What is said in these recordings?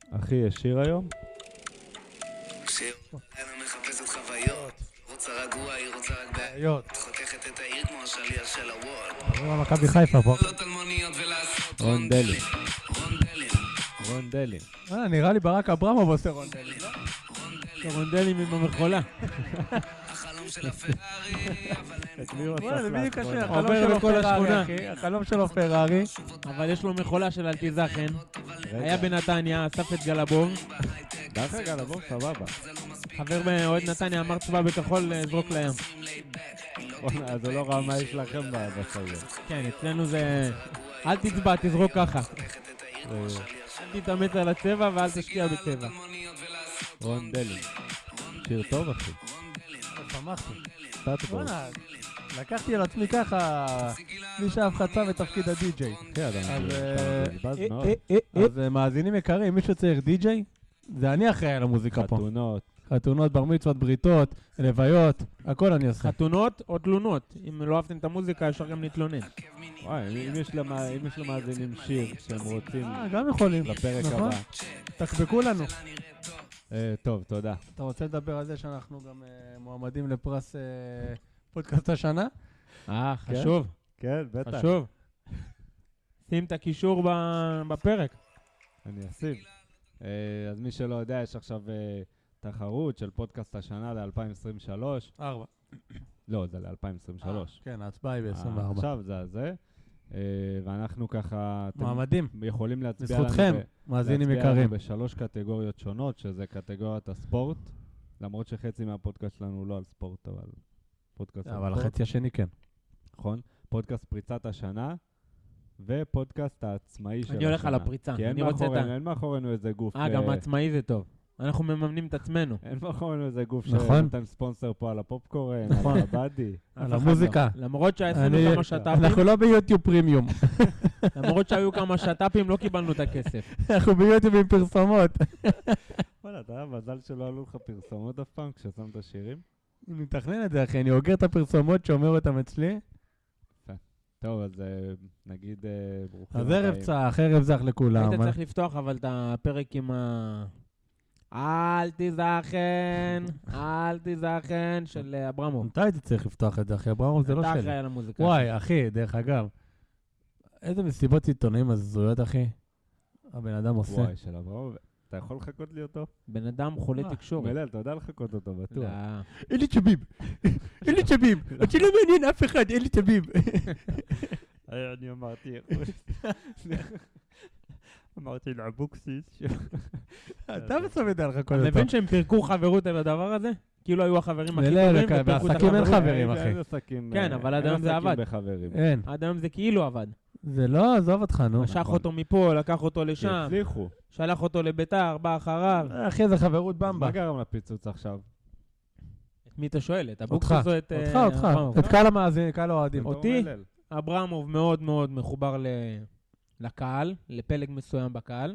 אחי, יש שיר היום? שיר, אני מחפשת חוויות. רוצה רגוע, היא רוצה רק בעיות. חותכת את העיר כמו השליח של הוול. הוא מכבי חיפה פה. לא תלמוניות ולעשות רונדלים. רונדלים. רונדלים. נראה לי ברק אברמוב עושה רונדלים. רונדלים עם המכולה. החלום של הפרארי, אבל אין את מי הוא וואלה, זה עשה בדיוק לאחרונה? קשה, החלום עובר שלו בכל פרארי, השכונה. אחי. החלום שלו פרארי. אבל יש לו מכולה של אלטיזכן, רגע, היה בנתניה, אסף את גלבוב, דרך אגב, בוא, סבבה. חבר באוהד נתניה, אמר צבא בכחול, זרוק לים. בוא'נה, אז הוא לא ראה מה יש לכם בסיירת. כן, אצלנו זה... אל תצבע, תזרוק ככה. אל תתאמץ על הצבע ואל תשקיע בצבע. רונדלים. שיר טוב, אחי. שמחתי. סטאטבורט. וואלה, לקחתי על עצמי ככה, מי שאף חצה בתפקיד הדי-ג'יי. אחי, אדם, אז, אתה מבזבז מאוד. אז מאזינים יקרים, מישהו צריך די-ג'יי? זה אני אחראי על המוזיקה פה. חתונות. חתונות, בר מצוות, בריתות, לוויות, הכל אני עושה. חתונות או תלונות. אם לא אהבתם את המוזיקה, אפשר גם להתלונן. וואי, אם יש למאזינים שיר שהם רוצים גם יכולים. לפרק נכון. הבא. תקבקו לנו. טוב, תודה. אתה רוצה לדבר על זה שאנחנו גם מועמדים לפרס פודקאסט השנה? חשוב, כן, בטח. חשוב. שים את הקישור בפרק. אני אשים. אז מי שלא יודע, יש עכשיו תחרות של פודקאסט השנה ל-2023. 4. לא, זה ל-2023. כן, ההצבעה היא ב-24. עכשיו זה הזה. ואנחנו ככה... אתם מועמדים. יכולים להצביע לנו בזכותכם, מאזינים להצביע יקרים. לנו בשלוש קטגוריות שונות, שזה קטגוריית הספורט. למרות שחצי מהפודקאסט שלנו הוא לא על ספורט, אבל פודקאסט על אבל ספורט. החצי השני כן. נכון? פודקאסט פריצת השנה, ופודקאסט העצמאי של השנה. אני הולך על הפריצה. כי אני רוצה את ה... אין מאחורינו איזה גוף... גם עצמאי זה טוב. אנחנו מממנים את עצמנו. אין מאחורינו איזה גוף נכון. שנותן ספונסר פה על הפופקורן, נכון. על הבאדי. על המוזיקה. למרות שעשינו כמה שטאפים, אנחנו לא ביוטיוב פרימיום. למרות שהיו כמה שטאפים, לא קיבלנו את הכסף. אנחנו ביוטיוב עם פרסומות. וואלה, אתה יודע, מזל שלא עלו לך פרסומות אף פעם כששמת שירים? אני מתכנן את זה, אחי. אני אוגר את הפרסומות, שומר אותם אצלי. טוב, אז נגיד ברוכים אז ערב צח, ערב זך לכולם. היית צריך לפתוח אבל את הפרק עם ה... אל תיזכן של אברמוב. מתי הייתי צריך לפתוח את זה, אחי? אברמוב זה לא אתה שלי. אחראי על המוזיקה. וואי, אחי, דרך אגב. איזה מסיבות עיתונאים הזויות, אחי. הבן אדם עושה. וואי, של אברהם, אתה יכול לחכות לי אותו? בן אדם חולה מה? תקשורת. מלל, אתה יודע לחכות אותו, בטוח. לא. אין לי צ'ביב. אין לי צ'ביב. אותי לא מעניין אף אחד, אין לי צ'ביב. אני אמרתי לאבוקסיס. אתה בסוף יודע לחכות אתה אותו. מבין שהם פירקו חברות על הדבר הזה? כאילו היו החברים הכי מלא, טובים ופירקו את בעסקים אין החברות. חברים, אחי. כן, אבל עד היום זה עבד. בחברים. אין. עד היום זה כאילו עבד. זה לא, עזוב אותך, נו. משך אותו מפה, לקח אותו לשם, הצליחו. שלח אותו לביתר, בא אחריו. אחי, זה חברות במבה. מה גרם לפיצוץ עכשיו? את מי אתה שואל? את אותך, אבוקסיס או את... אותך. אברמוב? את קהל המאזינים, קהל האוהדים. אותי? אברמוב מאוד מאוד מחובר לקהל, לפלג מסוים בקהל.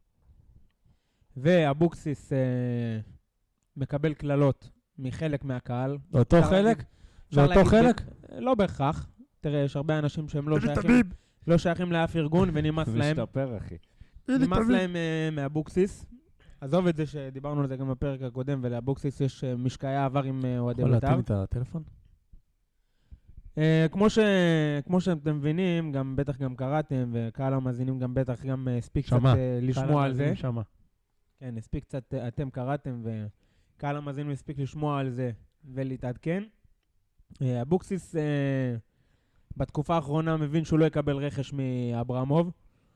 ואבוקסיס מקבל קללות מחלק מהקהל. אותו חלק? זה אפשר אותו להגיד חלק? לא בהכרח. תראה, יש הרבה אנשים שהם לא שייכים לאף ארגון ונמאס להם. משתפר, אחי. נמאס להם מאבוקסיס. עזוב את זה שדיברנו על זה גם בפרק הקודם, ולאבוקסיס יש משקעי עבר עם אוהדי יכול בית"ר. להתאים את הטלפון? כמו שאתם מבינים, גם בטח גם קראתם, וקהל המאזינים גם בטח גם הספיק קצת שמע. לשמוע על זה. שמה. כן, הספיק קצת, אתם קראתם, וקהל המאזינים הספיק לשמוע על זה ולהתעדכן. אבוקסיס בתקופה האחרונה מבין שהוא לא יקבל רכש מאברמוב,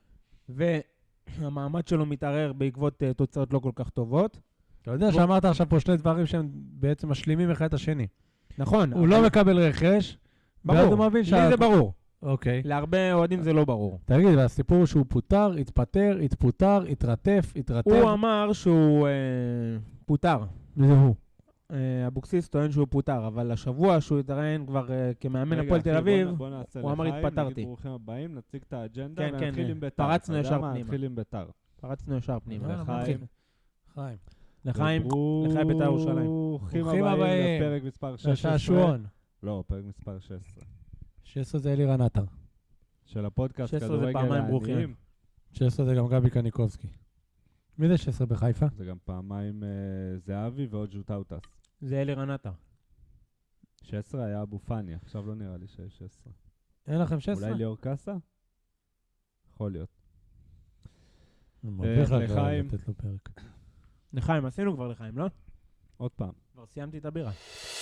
והמעמד שלו מתערער בעקבות תוצאות לא כל כך טובות. אתה יודע שאמרת עכשיו פה שני דברים שהם בעצם משלימים אחד את השני. נכון. הוא לא מקבל רכש, ואז הוא מבין לי זה ברור. אוקיי. להרבה אוהדים זה לא ברור. תגיד, והסיפור הוא שהוא פוטר, התפטר, התפוטר, התרטף. הוא אמר שהוא פוטר. וזה הוא. אבוקסיס טוען שהוא פוטר, אבל השבוע שהוא התראיין כבר כמאמן הפועל תל אביב, הוא אמר התפטרתי. נגיד ברוכים הבאים, נציג את האג'נדה כן, כן, ונתחיל עם ביתר. פרצנו ישר פנימה. נתחיל עם ביתר. פרצנו ישר פנימה. חיים. לחיים ביתר ירושלים. ברוכים הבאים לפרק מספר 16. לשעשועון. לא, פרק מספר 16. 16 זה אלירן עטר. של הפודקאסט 16 זה כדורגל פעמיים ברוכים. העניים. 16 זה גם גבי קניקובסקי. מי זה 16 בחיפה? זה גם פעמיים זהבי ועוד ז'וטאוטס. זה אלי רנטה. 16 היה אבו פאני, עכשיו לא נראה לי שיש 16. אין לכם 16? אולי ליאור קאסה? יכול להיות. מרוויח לך לחיים. לתת לו פרק. לחיים, עשינו כבר לחיים, לא? עוד פעם. כבר סיימתי את הבירה.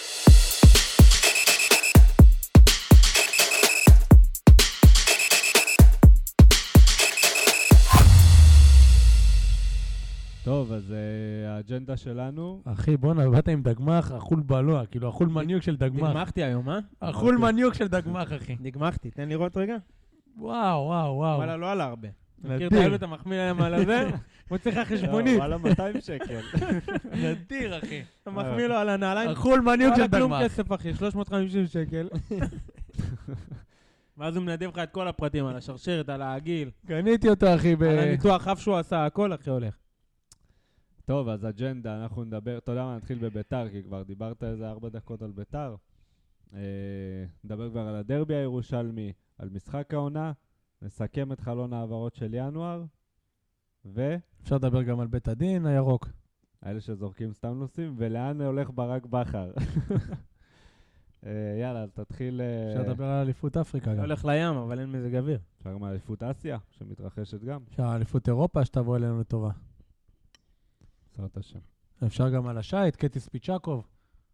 טוב, אז האג'נדה שלנו, אחי, בוא'נה, באת עם דגמח, אכול בלוע, כאילו אכול מניוק של דגמח. נגמחתי היום, אה? אכול מניוק של דגמח, אחי. נגמחתי, תן לראות רגע. וואו, וואו, וואו. וואלה, לא עלה הרבה. מכיר את נדיר. האלו, אתה מחמיא להם על הזה? הוא צריך חשבונית. וואלה 200 שקל. נדיר, אחי. אתה מחמיא לו על הנעליים. אכול מניוק של וואלה, כלום דגמח. כסף, אחי, 350 שקל. ואז הוא מנדב לך את כל הפרטים, על השרשרת, על העגיל, קניתי אותו, אחי. על הניתוח אף שהוא עשה, הכל, אחי, הולך. טוב, אז אג'נדה, אנחנו נדבר, אתה יודע מה, נתחיל בביתר, כי כבר דיברת איזה 4 דקות על ביתר. נדבר כבר על הדרבי הירושלמי, על משחק העונה, נסכם את חלון העברות של ינואר, ואלה אפשר לדבר גם על בית הדין הירוק. שזורקים סתם נושאים, ולאן הולך ברק בכר. יאללה, אז תתחיל... אפשר לדבר על אליפות אפריקה גם. הולך לים, אבל אין מזג אוויר. אפשר גם על אליפות אסיה, שמתרחשת גם. אפשר על אליפות אירופה שתבוא אלינו לטובה. בעזרת השם. אפשר גם על השייט, קטי ספיצ'קוב.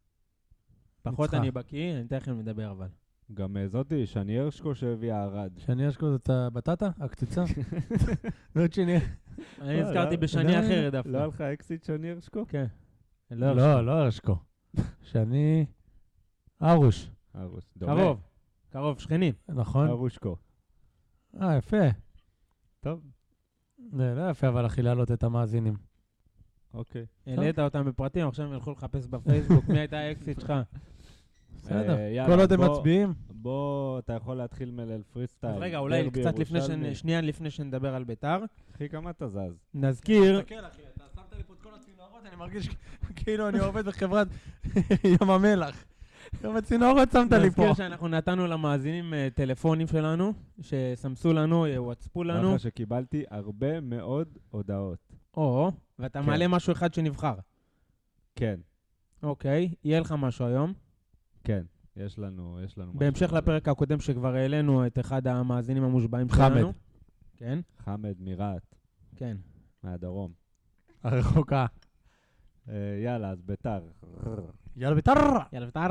פחות ניצחה. אני בקיא, אני תכף מדבר אבל. גם זאתי, שני הרשקו שהביאה ערד. שני אשכו זאת הבטטה? הקציצה? זאת שני. אני נזכרתי בשני אחרת דווקא. לא היה לך אקסיט שני הרשקו? כן. לא, לא הרשקו. שני... ארוש. ארוש. דומה. קרוב. קרוב, שכנים. נכון? ארושקו. יפה. טוב, זה לא יפה, אבל אחי להעלות את המאזינים. אוקיי. העלית אותם בפרטים, עכשיו הם ילכו לחפש בפייסבוק מי הייתה האקסיט שלך. בסדר. יאללה, כל עוד הם בוא- מצביעים. בוא, אתה יכול להתחיל מליל פרי סטייל. אז רגע, אולי דרבי קצת לפני ירושלמי. שנייה לפני שנדבר על ביתר. אחי, כמה אתה זז? נזכיר, תסתכל אחי, אתה שמת לי פה את כל הצינורות, אני מרגיש כאילו אני עובד בחברת ים המלח. כמה צינורות שמת לי פה. נזכיר שאנחנו נתנו למאזינים טלפונים שלנו, שסמסו לנו, וואטספו לנו. ככה שקיבלתי הרבה מאוד הודעות. ואתה כן. מעלה משהו אחד שנבחר. כן, אוקיי, יהיה לך משהו היום. כן, יש לנו משהו. בהמשך לפרק הקודם שכבר העלינו את אחד המאזינים המושבעים חמד. שלנו. כן, חמד מרהט, כן. מהדרום. הרחוקה. יאללה, אז ביתר. יאללה ביתר! יאללה, ביתר.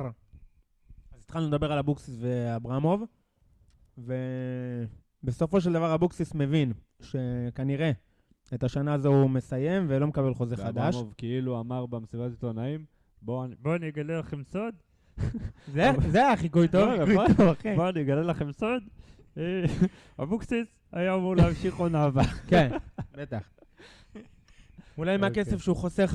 אז התחלנו לדבר על אבוקסיס ואברמוב, ובסופו של דבר אבוקסיס מבין שכנראה את השנה הזו הוא מסיים ולא מקבל חוזה חדש. ואברמוב כאילו אמר במסיבת עיתונאים, בואו אני אגלה לכם סוד. זה היה חיקוי טוב. אחי. בואו אני אגלה לכם סוד. אבוקסיס היה אמור להמשיך עונה הבאה. כן, בטח. אולי אוקיי. מהכסף שהוא חוסך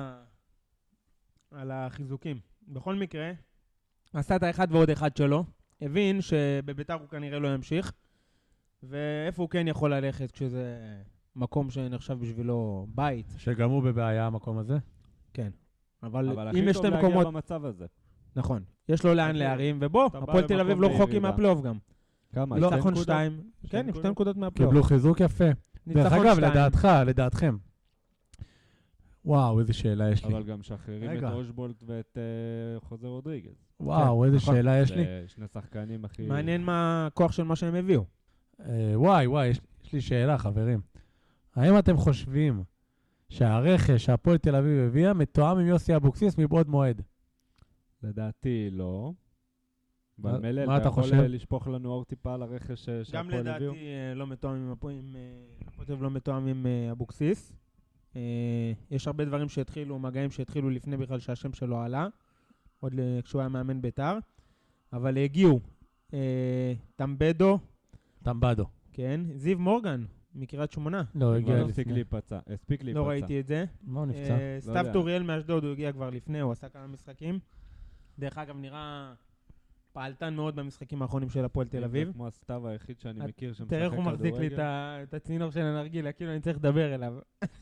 על החיזוקים. בכל מקרה, עשה את האחד ועוד אחד שלו, הבין שבביתר הוא כנראה לא ימשיך, ואיפה הוא כן יכול ללכת כשזה מקום שנחשב בשבילו בית. שגם הוא בבעיה המקום הזה. כן. אבל אבל אם הכי יש טוב שתי להגיע מקומות, במצב הזה. נכון, יש לו לאן אתה- להרים, ובוא, אתה בא הפועל תל למקום אביב לא רחוקים בירידה. מהפלייאוף גם. כמה? לא, שתי ניצחון נקודות? 2, שתי כן, עם נקודות? 2 נקודות מהפלייאוף. קיבלו חיזוק יפה. דרך ניצחון אגב, 2. לדעתכם. וואו, איזה שאלה יש לי. אבל גם משחררים את רגע. אושבולט ואת חוזה רודריגז. וואו, איזה נכון. שאלה יש לי. זה שני שחקנים הכי... מעניין מה הכוח של מה שהם הביאו. וואי, יש לי שאלה, חברים. האם אתם חושבים שהרכש שהפועל תל אביב הביאה מתואם עם יוסי אבוקסיס מבעוד מועד? לדעתי לא. אבל מה מלל, אתה אתה יכול חושב? לשפוך לנו אור טיפה על הרכש גם שהפועל לדעתי הביאו? לא מתואם עם הפועל תל אביב, לא מתואם עם אבוקסיס. יש הרבה דברים שהתחילו, מגעים שהתחילו לפני בכלל שהשם שלו עלה, עוד כשהוא היה מאמן ביתר, אבל הגיעו טמבדו, טמבדו. כן, זיו מורגן מקריית שמונה, לא, הגיע כבר הספיק לפני. להיפצע. הספיק להיפצע. לא ראיתי את זה. מה הוא נפצע? סתיו יודע. טוריאל מאשדוד, הוא הגיע כבר לפני, הוא עשה כמה משחקים. דרך אגב, נראה פעלתן מאוד במשחקים האחרונים של הפועל תל אביב. זה כמו הסתיו היחיד שאני מכיר שמשחק תראה איך כדורגל. הוא מחזיק לי את הצינור של הנרגילה, כאילו אני צריך לדבר אליו.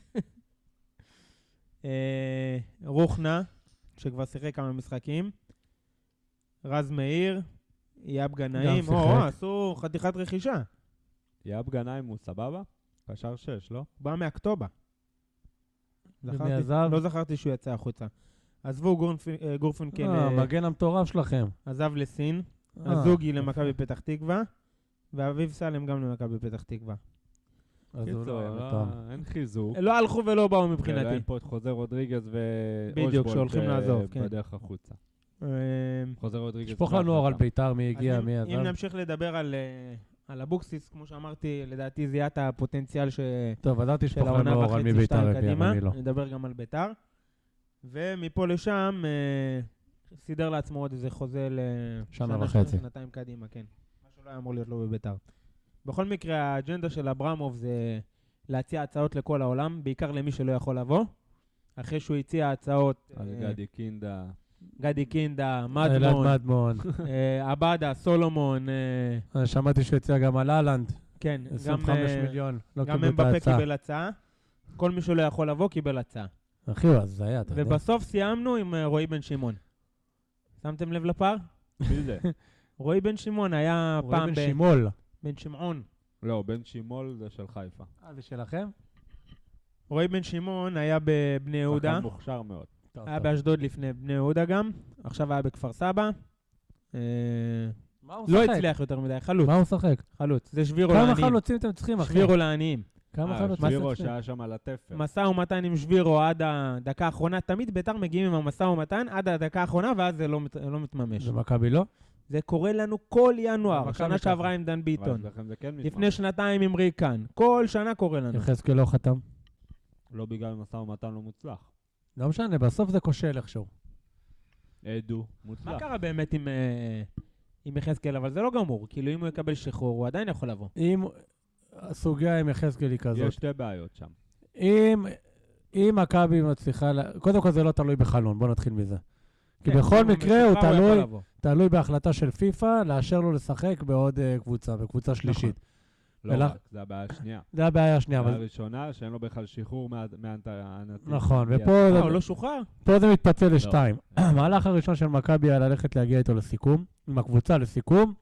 רוחנה, שכבר שיחק כמה משחקים. רז מאיר, יאב גנאים, שיחק. עשו חתיכת רכישה. יאב גנאים הוא סבבה? קשר 6, לא? בא מאקטובה. ומי עזב? לא זכרתי שהוא יצא החוצה. עזבו גורפינקל, המגן המטורף שלכם. עזב לסין, הזוגי למכבי פתח תקווה, ואביב סלם גם למכבי פתח תקווה. אז הוא לא קיצור, היה מתואם. אין חיזוק. לא הלכו ולא באו כן, מבחינתי. אין פה את חוזר רודריגז בדיוק, שהולכים לעזוב, כן. בדרך החוצה. חוזר רודריגז. שפוך לנו אור על ביתר, מי הגיע, אז מי אם עזב. נמשיך לדבר על אבוקסיס, כמו שאמרתי, לדעתי זיהת הפוטנציאל טוב, אז אל של תשפוך לנו העונה אור על מי וחצי, ביתר שתיים הביא, קדימה. אבל מי לא. נדבר גם על ביתר. ומפה לשם, סידר לעצמו עוד איזה חוזה שנה וחצי. שנתיים קדימה, כן. מה שלא היה אמור להיות לו בביתר. בכל מקרה, האג'נדה של אברמוב זה להציע הצעות לכל העולם, בעיקר למי שלא יכול לבוא. אחרי שהוא הציע הצעות... על גדי קינדה, אלעד מדמון, מדמון. עבדה, סולומון, שמעתי שהוא הציע גם על אהלנד. כן, 25 מיליון. לא גם קיבל את אמבפה ההצעה. קיבל הצעה. כל מי שלא יכול לבוא קיבל הצעה. אחי, אז זה היה, אתה יודע. ובסוף סיימנו עם רועי בן שמעון. שמתם לב לפער? מי זה? רועי בן שמעון היה רועי פעם בן שימול. בן שמעון. לא, בן שימול זה של חיפה. זה שלכם? רועי בן שמעון היה בבני יהודה. שחקן מוכשר מאוד. היה באשדוד לפני בני יהודה גם. עכשיו היה בכפר סבא. מה הוא לא משחק? הצליח יותר מדי, חלוץ. מה הוא משחק? חלוץ. זה שבירו כמה לעניים. חלוצים אתם צריכים, אחי? שבירו לעניים. כמה חלוצים? שבירו שהיה שם על התפר. משא ומתן עם שבירו עד הדקה האחרונה. תמיד ביתר מגיעים עם המשא ומתן עד הדקה האחרונה, ואז זה לא מתממש. ומכבי לא? זה קורה לנו כל ינואר. מכבי שנה ככה. שעברה עם דן ביטון. אבל לכם זה כן מתממש. לפני שנתיים עם ריקן. כל שנה קורה לנו. יחזקאל לא חתם. לא בגלל משא ומתן לא מוצלח. לא משנה, בסוף זה כושל איכשהו. עדו, מוצלח. מה קרה באמת עם יחזקאל? אבל זה לא גמור. כאילו אם הוא יקבל שחרור, הוא עדיין יכול לבוא. אם הסוגיה עם יחזקאל היא כזאת, יש שתי בעיות שם. אם מכבי מצליחה, קודם כל זה לא תלוי בחלון, בוא נתחיל מזה. כי כן, בכל אם מקרה הוא משוחרר, יכול לבוא. תלוי בהחלטה של פיפא לאשר לו לשחק בעוד קבוצה, בקבוצה שלישית. לא אלא- רק, זה הבעיה השנייה. זה הבעיה השנייה, הבעיה אבל... הראשונה, שאין לו בכלל שחרור מהנתיב. נכון, ופה הוא לא שוחרר? פה זה מתפצל לשתיים. המהלך הראשון של מכבי היה ללכת להגיע איתו לסיכום, עם הקבוצה לסיכום,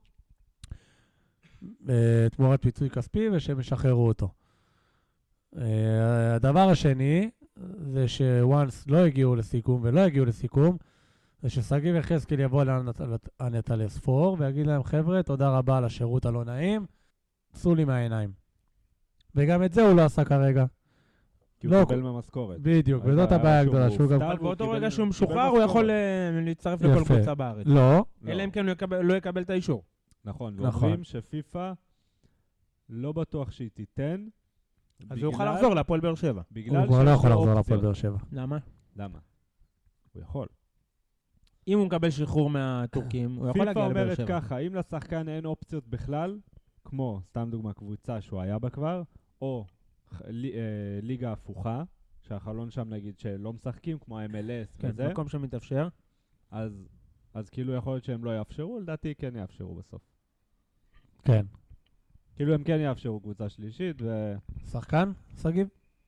תמורת פיצוי כספי, ושהם ישחררו אותו. הדבר השני, זה שוואנס לא הגיעו לסיכום ולא הגיעו לסיכום, זה ששגיב יחזקאל יבוא לאנטה ספור, ויגיד להם, חבר'ה, תודה רבה על השירות הלא נעים, צאו לי מהעיניים. וגם את זה הוא לא עשה כרגע. כי הוא לא, קיבל מהמשכורת. בדיוק, אז וזאת הבעיה הגדולה, שהוא גם... אבל באותו קיבל- רגע שהוא קיבל משוחרר, הוא משכורת. יכול להצטרף לכל יפה. קבוצה בארץ. לא, אלא אם כן הוא לא יקבל את האישור. נכון, נכון. ואומרים שפיפא לא בטוח שהיא תיתן. אז הוא יוכל לחזור להפועל באר שבע. בגלל הוא כבר לא יכול שיש לו לחזור אופציות. להפועל באר שבע. למה? למה? הוא יכול. אם הוא מקבל שחרור מהטורקים, הוא יכול פיפא להגיע לבאר אומרת שבע. ככה, אם לשחקן אין אופציות בכלל, כמו, סתם דוגמה, קבוצה שהוא היה בה כבר, או ליגה הפוכה, שהחלון שם נגיד שלא משחקים, כמו ה-MLS כן, וזה, מקום שמתאפשר. אז כאילו יכול להיות שהם לא יאפשרו, לדעתי כן יאפשרו בסוף. כן. כאילו הם כן יאפשרו קבוצה שלישית, שחקן, שגיב?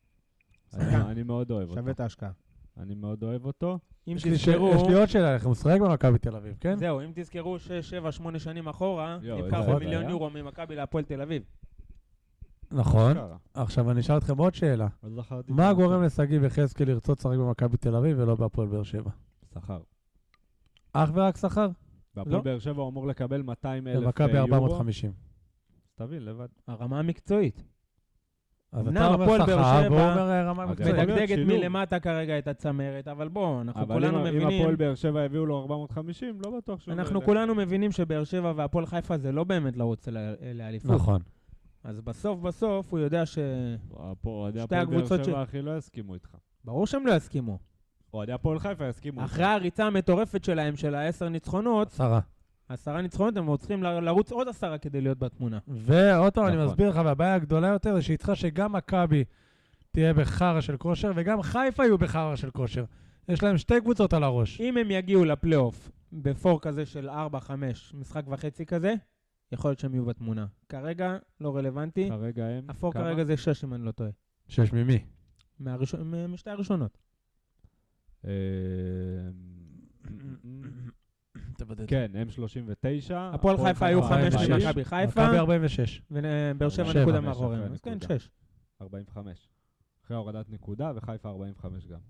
ואני מאוד אוהב שווה אותו. את ההשקעה. אני מאוד אוהב אותו. אם יש לי תזכרו, עוד שאלה, איך הוא משחק במכבי תל אביב, כן? זהו, אם תזכרו 6, 7, 8 שנים אחורה, יואו, נבחר איזה במיליון היה? יורו ממכבי להפועל תל אביב. נכון. קרה. עכשיו אני אשאל אתכם עוד שאלה. לא זכרתי מה שזה גורם לשגיב יחזקאל לרצות לשחק במכבי תל אביב ולא בהפועל באר שבע? שכר. אך ורק שכר? בהפועל לא. באר שבע הוא אמור לקבל 200,000 במכבי יורו. 450. תבין, לבד. הרמה המקצועית. אז אמנם אתה אומר הפועל באר שכר, שבע והוא אומר רמה אבל מקצועית. יכול להיות מדגדגת שילוב. מלמטה כרגע את הצמרת, אבל בוא, אנחנו אבל כולנו אם מבינים... הפועל באר שבע הביאו לו 450, לא בטוח שהוא... אנחנו כולנו מבינים שבאר שבע והפועל חיפה זה לא באמת לרוץ לאליפות. נכון. אז בסוף הוא יודע ש... אוהדי שתי הפועל באר הקבוצות שבע אחי לא יסכימו איתך. ברור שהם לא יסכימו. אוהדי הפועל חיפה יסכימו איתך. אחרי הריצה המטורפת שלהם, של 10 ניצחונות, 10 ניצחונות, הם צריכים לרוץ עוד 10 כדי להיות בתמונה. ועוד פעם אני נכון. מסביר לך, והבעיה הגדולה יותר זה שאיתך שגם מכבי תהיה בחרא של כושר, וגם חיפה יהיו בחרא של כושר. יש להם שתי קבוצות על הראש. אם הם יגיעו לפלייאוף בפור כזה של 4-5, משחק וחצי כזה, יכול להיות שהם יהיו בתמונה. כרגע לא רלוונטי. כרגע הם... הפור כמה? כרגע זה 6 אם אני לא טועה. 6 ממי? משתי הראשונות. כן, הם 39. הפועל חיפה היו 5 46. ממכבי חיפה, מכבי 46. ובאר שבע שבע, נקודה 5 מאחוריהם. אחרי אז כן, נקודה. 6. 45. אחרי הורדת נקודה, וחיפה 45 גם.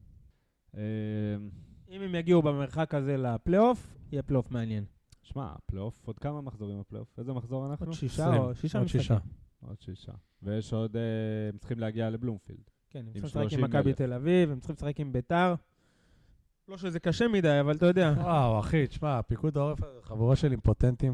אם הם יגיעו במרחק הזה לפלייאוף, יהיה פלייאוף מעניין. שמע, פלייאוף, עוד כמה מחזורים בפלייאוף? איזה מחזור אנחנו? עוד 6 או 6 משחקים. עוד 6. ויש עוד, הם צריכים להגיע לבלומפילד. כן, הם עם צריכים לשחק עם 30,000. מכבי תל אביב, הם צריכים לשחק עם ביתר. לא שזה קשה מדי, אבל אתה יודע. וואו, אחי, תשמע, פיקוד העורף, חבורה של אימפוטנטים.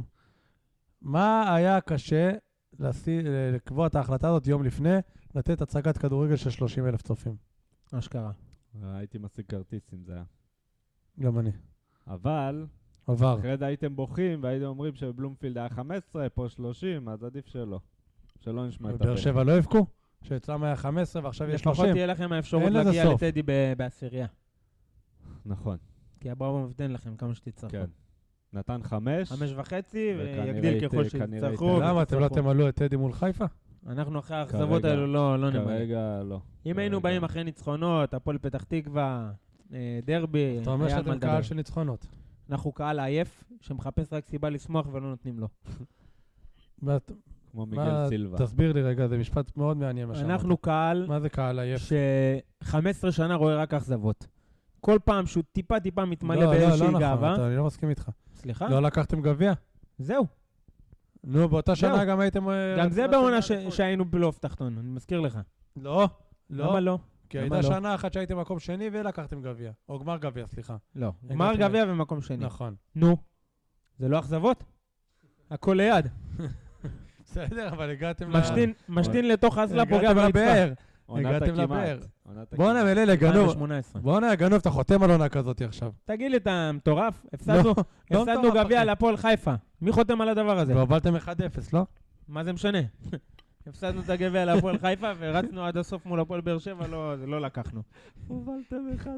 מה היה קשה לקבוע את ההחלטה הזאת יום לפני, לתת הצגת כדורגל של 30,000 צופים? אשכרה. הייתי משיג כרטיס אם זה היה. גם אני. אבל, עבר. אחרי זה הייתם בוכים, והייתם אומרים שבלומפילד היה 15, פה 30, אז עדיף שלא. שלא נשמע את באר שבע לא יבכו? שאצלם היה 15 ועכשיו יש 30. לפחות תהיה לכם האפשרות אין לזה להגיע סוף. לטדי בעשירייה. נכון, כי אברהם מבטן לכם כמה שתצטרכו. כן. נתן 5. 5.5, וכנראה ויגדיל ככל כנראה שתצטרכו. למה אתם לא תמלאו את טדי מול חיפה? אנחנו אחרי האכזבות כרגע- האלו לא נמלא. כרגע לא. אם היינו כרגע. באים אחרי ניצחונות, הפועל פתח תקווה, דרבי, אתה אומר היה על מה שאתם לדבר. קהל של ניצחונות. אנחנו קהל עייף, שמחפש רק סיבה לשמוח ולא נותנים לו. כמו מיגל סילבה. תסביר לי רגע, זה משפט מאוד מעניין מה שאמרת. אנחנו קהל מה זה קהל עייף? ש-15 שנה רואה רק אכזבות. כל פעם שהוא טיפה מתמלא לא באיזושהי נכון, גאווה. אני לא מסכים איתך. סליחה? לא לקחתם גביע? זהו. נו, באותה שנה זהו. גם הייתם... גם זה רצתם בעונה לאליפות. שהיינו בפלייאוף תחתון, אני מזכיר לך. לא, למה לא? כי למה הייתה לא? שנה אחת שהייתם מקום שני ולקחתם גביע. או גמר גביע, סליחה. לא. גמר גביע ומקום שני. נכון. נו. זה לא אכזבות? הכל ליד. בסדר, אבל הגעתם משתין לתוך אזלה, פוגע הגעתם ברצפה. לבאר. עונת הגעתם הכמעט. לבאר. עונת בואנה, הכמעט. מלא לגנוב. 2018. בואנה, גנוב, אתה חותם על עונה כזאת עכשיו. תגיד לי, אתה מטורף? לא הפסדנו מטורף, גביע אחי. להפועל חיפה. מי חותם על הדבר הזה? והובלתם 1-0, לא? מה זה משנה? הפסדנו את הגביע להפועל חיפה ורצנו עד הסוף מול הפועל באר שבע, לא לקחנו. הובלתם 1-0.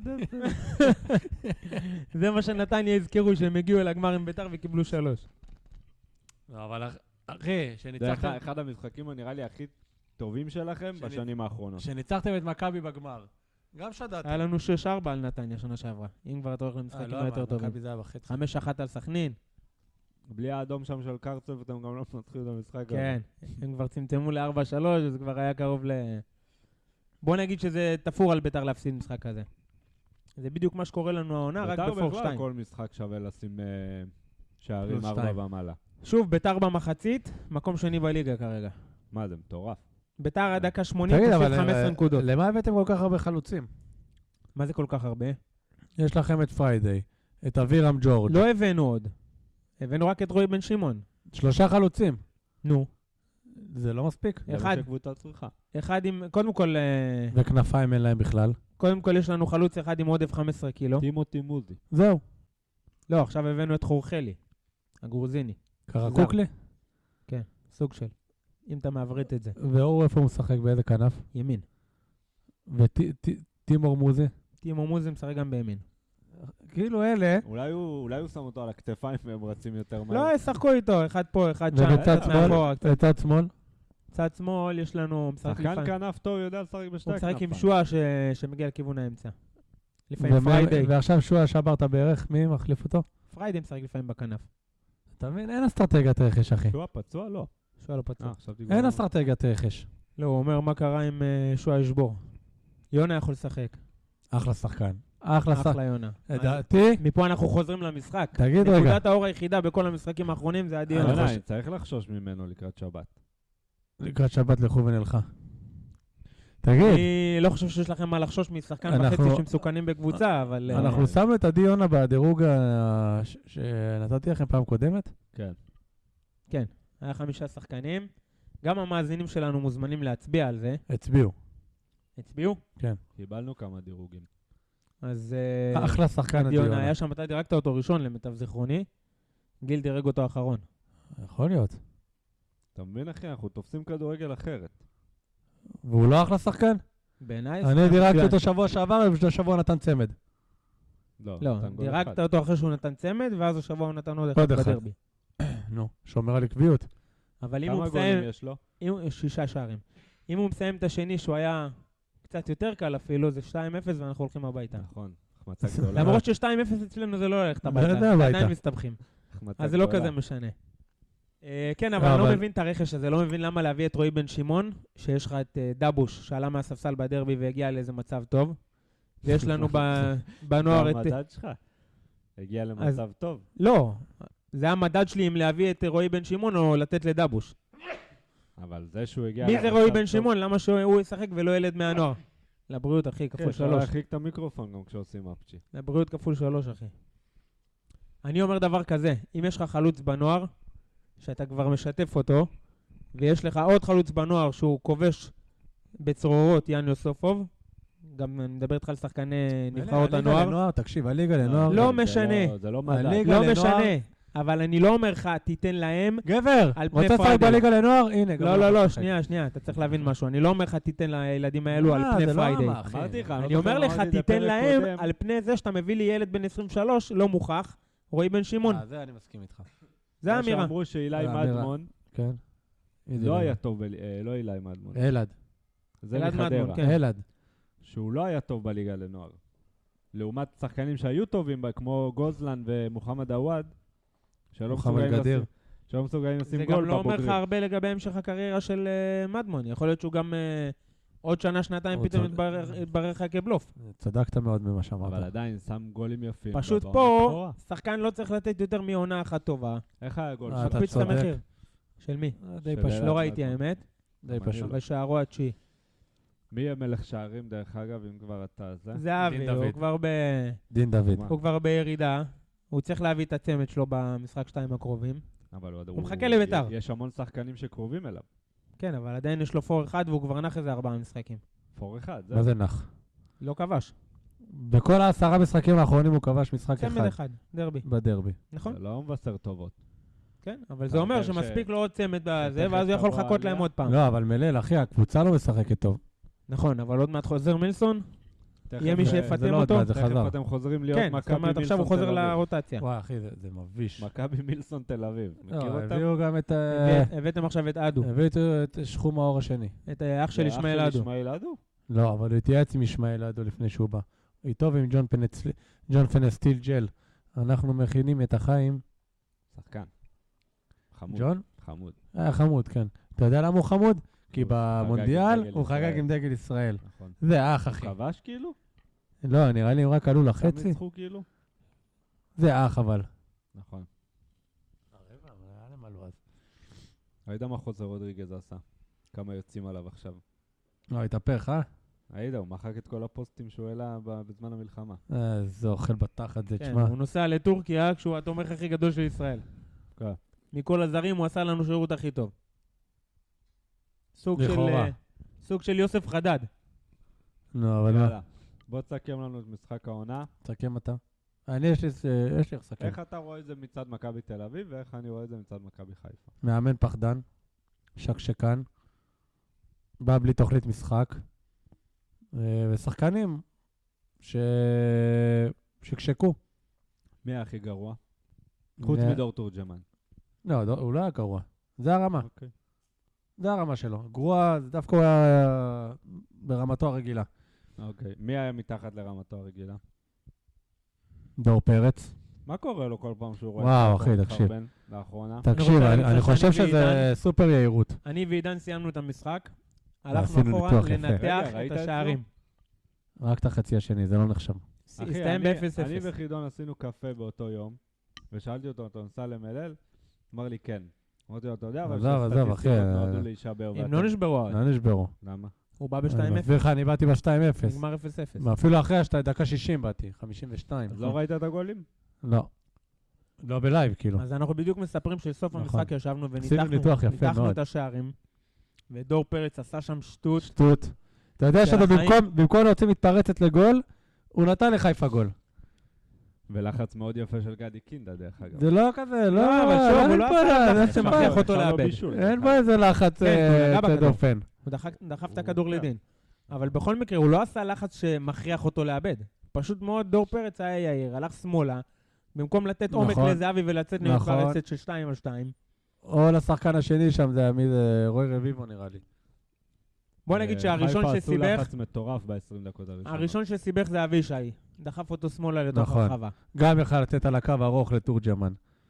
זה מה שנתניה הזכירו, שהם הגיעו אל הגמר עם ביתר וקיבלו 3. לא, אבל אחי, זה אחד המשחקים הנראה לי הכי טובים שלכם בשנים האחרונות. שניצחתם את מכבי בגמר. גם שדדתם. היה לנו 6-4 על נתניה שנה שעברה. אם כבר אתה הולך למשחקים היותר טובים. מכבי זה היה בחצי. 5-1 על סכנין. בלי האדום שם של קרצוב, אתם גם לא מנצחים את המשחק. כן. הם כבר צמצמו ל-4-3, וזה כבר היה קרוב ל... בוא נגיד שזה תפור על ביתר להפסיד משחק כזה. זה בדיוק מה שקורה לנו העונה, רק בפור 2. ביתר בכלל כל משחק שווה לשים שערים פלוס 4 שתיים. ומעלה. שוב, ביתר במחצית, מקום שני בליגה כרגע. מה זה מטורף. ביתר עד דקה 80, תגיד, תוסיף אבל 15 נקודות. למה הבאתם כל כך הרבה חלוצים? מה זה כל כך הרבה? יש לכם את פריידיי, את אבירם ג'ורג'. לא הבאנו עוד. הבאנו רק את רועי בן שמעון. 3 חלוצים. נו. זה לא מספיק. זה אחד. מה שקבוצה צריכה. אחד עם... קודם כל... וכנפיים אין להם בכלל. קודם כל יש לנו חלוץ אחד עם עודף 15 קילו. טימותי מוזי. זהו. לא, עכשיו הבאנו את חורחלי. הגרוזיני. קרקוקלי. סוג של. אם אתה מעברית את זה. ואור איפה הוא משחק? באיזה כנף? ימין. וטימור מוזי. טימו מוזי משחק גם בימין. כאילו אלה. אולי הוא שם אותו על הכתפיים והם רצים יותר מהר. לא, ישחקו איתו. אחד פה, אחד שם. ובצד קצת שמאל? מאחורה, קצת. בצד שמאל? צד שמאל יש לנו... משחק שחקן לפעמים- כנף טוב יודע לשחק בשתי הוא הכנפיים. משחק עם שועה שמגיע לכיוון האמצע. לפעמים פריידי. ועכשיו שועה שברת בערך, מי מחליף אותו? פריידי משחק לפעמים בכנף. אתה מבין? אין אסטרטגיית רכש, אחי. שועה פצוע? לא. שועה לא פצוע. חשבתי אין כבר- אסטרטגיית רכש. לא, הוא אומר מה קרה אם שועה ישבור. יונה יכול לשחק. אחלה שחקן. אחלה שחקן. אחלה יונה. לדעתי, מפה אנחנו חוזרים למשחק. תגיד רגע. נקודת האור היחידה בכל המשחקים האחרונים זה עדי יונה. אני צריך לחשוש ממנו לקראת שבת. לקראת שבת לכו ונלכה. תגיד, אני לא חושב שיש לכם מה לחשוש משחקן אנחנו- וחצי שמסוכנים בקבוצה, אבל... אנחנו שמנו את עדי יונה בדירוג שנתתי לכם פעם קודמת? כן. היה 5 שחקנים. גם המאזינים שלנו מוזמנים להצביע על זה. הצביעו. הצביעו? קיבלנו כמה דירוגים. אז... אחלה שחקן עדי יונה יונה. היה שם, אתה דירקת אותו ראשון למיטב זיכרוני. גיל דירג אותו אחרון. יכול להיות. אתה מבין אחי, אנחנו תופסים כדורגל אחרת. והוא לא אחלה שחקן? בעיניי... אני דירקתי אותו שבוע שעבר, ובשבוע נתן צמד. לא, לא, נתן גול דירקת אחד. אותו אחרי שהוא נתן צמד, ואז השבוע הוא נתן עוד עוד אחד אחד. בדרבי. נו, שומר על עקביות. אבל אם הוא כמה מסיים... גולים יש לו? 6 שערים. אם הוא מסיים את השני, שהוא היה קצת יותר קל אפילו, זה 2-0 ואנחנו הולכים הביתה. נכון. החמצה גדולה. למרות ש-2-0 אצלנו זה לא הולכת לא הביתה. יודע, הביתה. עדיין מסתבכים. החמצה אז זה לא גדולה. כזה משנה. כן, אבל אני לא מבין את הרכש הזה, לא מבין למה להביא את רועי בן שמעון, שיש לך את דבוש, שעלה מהספסל בדרבי והגיע לאיזה מצב טוב, ויש לנו בנוער את... זה המדד שלך. הגיע למצב טוב. לא, זה המדד שלי אם להביא את רועי בן שמעון או לתת לדבוש. אבל זה שהוא הגיע... מי זה רועי בן שמעון? למה שהוא ישחק ולא ילד מהנוער? לבריאות, אחי, כפול 3. כן, להרחיק את המיקרופון גם כשעושים אפצ'י. לבריאות כפול 3, אחי. אני אומר דבר כזה, אם יש לך חלוץ בנוער, שאתה כבר משתף אותו, ויש לך עוד חלוץ בנוער שהוא כובש בצרורות, יאן יוסופוב, גם אני מדבר איתך על שחקני נבחרות הנוער. תקשיב, הליגה לנוער. לא משנה. זה לא מדע. לא משנה. אבל אני לא אומר לך, תיתן להם גבר, על פני רוצה לשחק בליגה לנוער? הנה. לא, שנייה, אתה צריך להבין משהו. אני לא אומר לך, תיתן לילדים האלו על פני פריידי. אני אומר לך, תיתן להם על פני זה שאתה מביא לי ילד בן 23, לא מוכח, רועי בן שמעון. זה אני מסכים איתך. זה האמירה. שאמרו שאילי מדמון, כן. לא היה טוב, לא אילי מדמון. אלעד. זה מחדרה. כן. אלעד. שהוא לא היה טוב בליגה לנוער. לעומת שחקנים שהיו טובים בה, כמו גוזלן ומוחמד עוואד, שלא מסוגלים לשים זה גול גם לא אומר לך בבוגרים. הרבה לגבי המשך הקריירה של מדמון. יכול להיות שהוא גם עוד שנה, שנתיים פתאום יתברר לך כבלוף. צדקת מאוד ממה שאמרת. אבל עדיין שם גולים יפים. פשוט פה, שחקן לא צריך לתת יותר מעונה אחת טובה. איך היה הגול? אתה מקפיץ את צודק. המחיר. של מי? די של פשוט. אלעד לא ראיתי מדמון. האמת. די פשוט. אבל שערו התשיעי. מי יהיה מלך שערים, דרך אגב, אם כבר אתה זה? זהבי, דין הוא דוד. כבר דין דוד. הוא כבר בירידה. הוא צריך להביא את הצמד שלו במשחק 2 הקרובים. אבל הוא מחכה לביתר. יש המון שחקנים שקרובים אליו. כן, אבל עדיין יש לו פור אחד והוא כבר נח איזה 4 משחקים. פור אחד, מה זה נח? לא כבש. בכל 10 משחקים האחרונים הוא כבש משחק צמד אחד. אחד, דרבי. בדרבי. נכון? זה לא מבשר טובות. כן, אבל זה אומר שתכף שמספיק לו עוד צמד בזה, שתכף ואז הוא יכול תבוא לחכות להם העלייה. עוד פעם. לא, אבל מלל, אחי, הקבוצה לא משחקת טוב. נכון, אבל עוד מעט חוזר מילסון, תכף, יהיה מי זה שיפטם לא עוד אותו. מעט, זה תכף חזר. אתם חוזרים להיות כן, זאת מכבי אומרת, עכשיו מילסון הוא חוזר תל אביב. לרוטציה. וואי, אחי, זה מביש. מכבי מילסון תל אביב. מכיר לא, אותם? הביאו גם את... הבאתם עכשיו את אדו, הביאו את שחום האור השני. את אח של ישמעאל אדו. ישמעאל אדו? לא, אבל הוא התייעץ עם ישמעאל אדו לפני שהוא בא. איתו ועם ג'ון פנסטיל ג'ל. אנחנו מכינים את החיים. שחקן. חמוד. ג'ון? חמוד. היה חמוד, כן. אתה יודע למה הוא חמוד? כי הוא חגג עם במונדיאל דגל הוא חגג ישראל. עם דגל ישראל. נכון. זה אח, אחי. כבש כאילו? לא, נראה לי הם רק עלו גם לחצי. ניצחו כאילו? זה אח, אבל. נכון. ראית מה חוזר רודריגז עשה? כמה יוצאים עליו עכשיו. לא, התהפך, אה? ראית, הוא מחק את כל הפוסטים שהוא העלה בזמן המלחמה. זה אוכל בתחת, זה כן, תשמע. הוא נוסע לטורקיה כשהוא התומך הכי גדול של ישראל. כן. מכל הזרים הוא עשה לנו שירות הכי טוב. לכאורה. סוג של יוסף חדד. לא, אבל לא. יאללה. בוא תסכם לנו את משחק העונה. תסכם אתה. יש לי איך לסכם. איך אתה רואה את זה מצד מכבי תל אביב, ואיך אני רואה את זה מצד מכבי חיפה? מאמן פחדן, שקשקן, בא בלי תוכנית משחק, ושחקנים שקשקו. מי הכי גרוע? חוץ מדור תורג'מן. לא, הוא לא היה גרוע. זה הרמה. אוקיי. זה הרמה שלו. גרוע, זה דווקא הוא היה ברמתו הרגילה. אוקיי. מי היה מתחת לרמתו הרגילה? דור פרץ. מה קורה לו כל פעם שהוא רואה? וואו, את אחי, אורן תקשיב. חרבן לאחרונה? תקשיב, רוצה להגיד אני לך חושב שאני שזה ועידן- סופר יהירות. אני ועידן סיימנו את המשחק. הלכנו ועשינו אחורה ניתוח יפה. לנתח רגע, את ראית את זה? השערים. רק את החצי השני, זה לא נחשב. אחי, הסתיים אני ב-0-0. וחידון עשינו קפה באותו יום, ושאלתי אותו, אתה נוסע למלל? אמר לי, כן. אמרתי לו, אתה יודע, אבל עזוב, אחי, נועדו להישבר. הם לא נשברו עוד. לא נשברו. למה? הוא בא אני ב-2-0. מסביר לך, אני באתי ב-2-0. נגמר 0-0. אפילו אחרי דקה 60 באתי, 52. אז לא ראית את הגולים? לא. לא בלייב, כאילו. אז אנחנו בדיוק מספרים שסוף נכון. המשחק ישבנו עשינו ניתוח יפה וניתחנו מאוד. את השערים. ודור פרץ עשה שם שטות. שטות. אתה יודע של החיים. שבמקום להוציא מתפרצת לגול, הוא נתן לחיפה גול. ולחץ מאוד יפה של גדי קינדה, דרך אגב. זה לא כזה, לא, אבל שוב, הוא לא עשה לחץ שמכריח אותו אפשר לו לאבד. בישול, אין דרך פה אגב. איזה לחץ כן, הוא נגע בכדור. דופן. הוא דחף את הוא הכדור הופיע. לדין. אבל בכל מקרה, הוא לא עשה לחץ שמכריח אותו לאבד. פשוט מאוד דור פרץ היה יאיר, הלך שמאלה, במקום לתת עומק נכון. לזהבי ולצאת נכון. למתפרצת של 2-2. או לשחקן השני שם, זה היה מי זה, רוי רביבו נראה לי. בוא נגיד שהראשון חיפה עשו שסיבך, לחץ מטורף ב-20 דקות הראשונות. הראשון שסיבך זה אבישי. דחף אותו שמאלה לתוך נכון. הרחבה. גם יכל לתת על הקו ארוך לתורג'מן.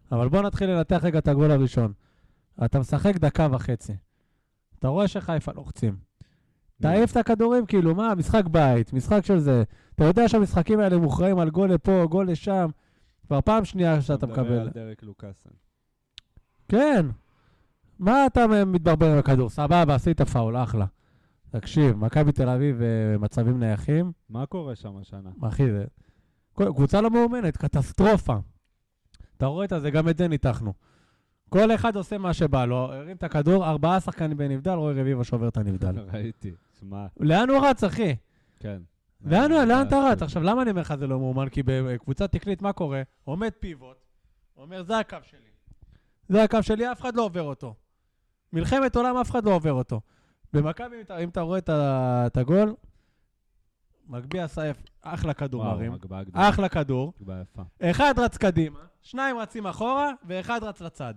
אבל בוא נתחיל לנתח רגע את הגול הראשון. אתה משחק דקה וחצי. אתה רואה שחיפה לוחצים. תעיף את הכדורים, כאילו, מה? משחק בית, משחק של זה. אתה יודע שהמשחקים האלה מוכרעים על גול לפה, גול לשם. כבר פעם שנייה שאתה מקבל. אתה מדבר על דרק לוקאסן. כן. מה אתה מתברבר עם הכדור? סבבה, עשית פאול, אחלה. תקשיב, מכבי תל אביב מצבים נייחים. מה קורה שם השנה? אחי, זה... קבוצה לא מאומנת, קטסטרופה. אתה רואה את זה, גם את זה ניתחנו. כל אחד עושה מה שבא לו, הרים את הכדור, 4 שחקנים בנבדל, רועי רביבו שובר את הנבדל. ראיתי, שמע. לאן הוא רץ, אחי? כן. לאן אתה רץ? עכשיו, למה אני אומר לך זה לא מאומן? כי בקבוצה תקנית, מה קורה? עומד פיבוט, אומר, זה הקו שלי. זה הקו שלי, אף אחד לא עובר אותו. מלחמת עולם, אף אחד לא עובר אותו. במכבי, אם אתה רואה את הגול, מגביה סייף, אחלה כדור מרים. אחלה כדור. אחד רץ קדימה, 2 רצים אחורה, ואחד רץ לצד.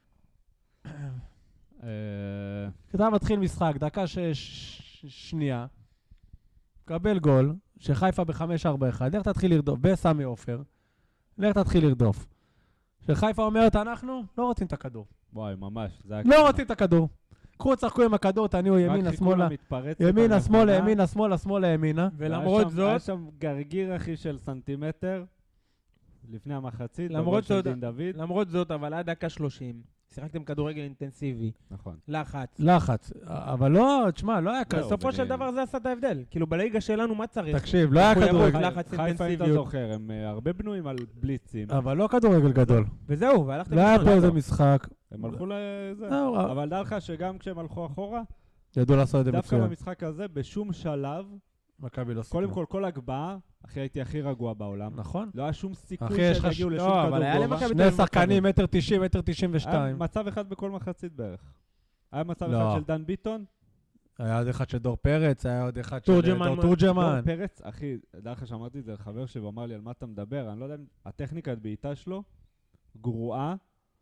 אתה מתחיל משחק, דקה שנייה, קבל גול, שחיפה ב5-4-1, לך תתחיל לרדוף, בסמי עופר, לך תתחיל לרדוף. שחיפה אומרת, אנחנו לא רוצים את הכדור. וואי, ממש. לא רוצים את הכדור. קחו, צחקו עם הכדור, תניעו ימינה, שמאלה, ימינה, שמאלה, ימינה, שמאלה, שמאלה, ימינה. ולמרות זאת... היה שם גרגיר, אחי, של סנטימטר, לפני המחצית, למרות זאת, אבל עד דקה 30, שיחקתם כדורגל אינטנסיבי. נכון. לחץ. אבל לא, תשמע, לא היה כדורגל. בסופו של דבר זה עשה את ההבדל. כאילו, בליגה שלנו, מה צריך? תקשיב, לא היה כדורגל. חיפה, אם אתה זוכר, הם הרבה בנויים על בליצים. אבל לא כדורגל גדול. וזהו, והלכתם... לא היה פה איזה משחק. הם הלכו לזה. אבל דע לך שגם כשהם הלכו אחורה, ידעו לעשות את זה דווקא מצוין. במשחק הזה, בשום שלב, מכבי לא סיכנו. קודם כל, כל הגבהה, אחי, הייתי הכי רגוע בעולם. נכון. לא היה שום סיכוי שהם יגיעו לשום כדור גובה. 2 שחקנים, 1.90 1.92 היה מצב אחד בכל מחצית בערך. היה מצב אחד של דן ביטון. היה עוד אחד של דור פרץ, היה עוד אחד של דור תורג'מן. דור פרץ, אחי, דע לך שאמרתי את זה לחבר שאמר לי על מה אתה מדבר, אני לא יודע אם הטכניקת בעיטה שלו גרועה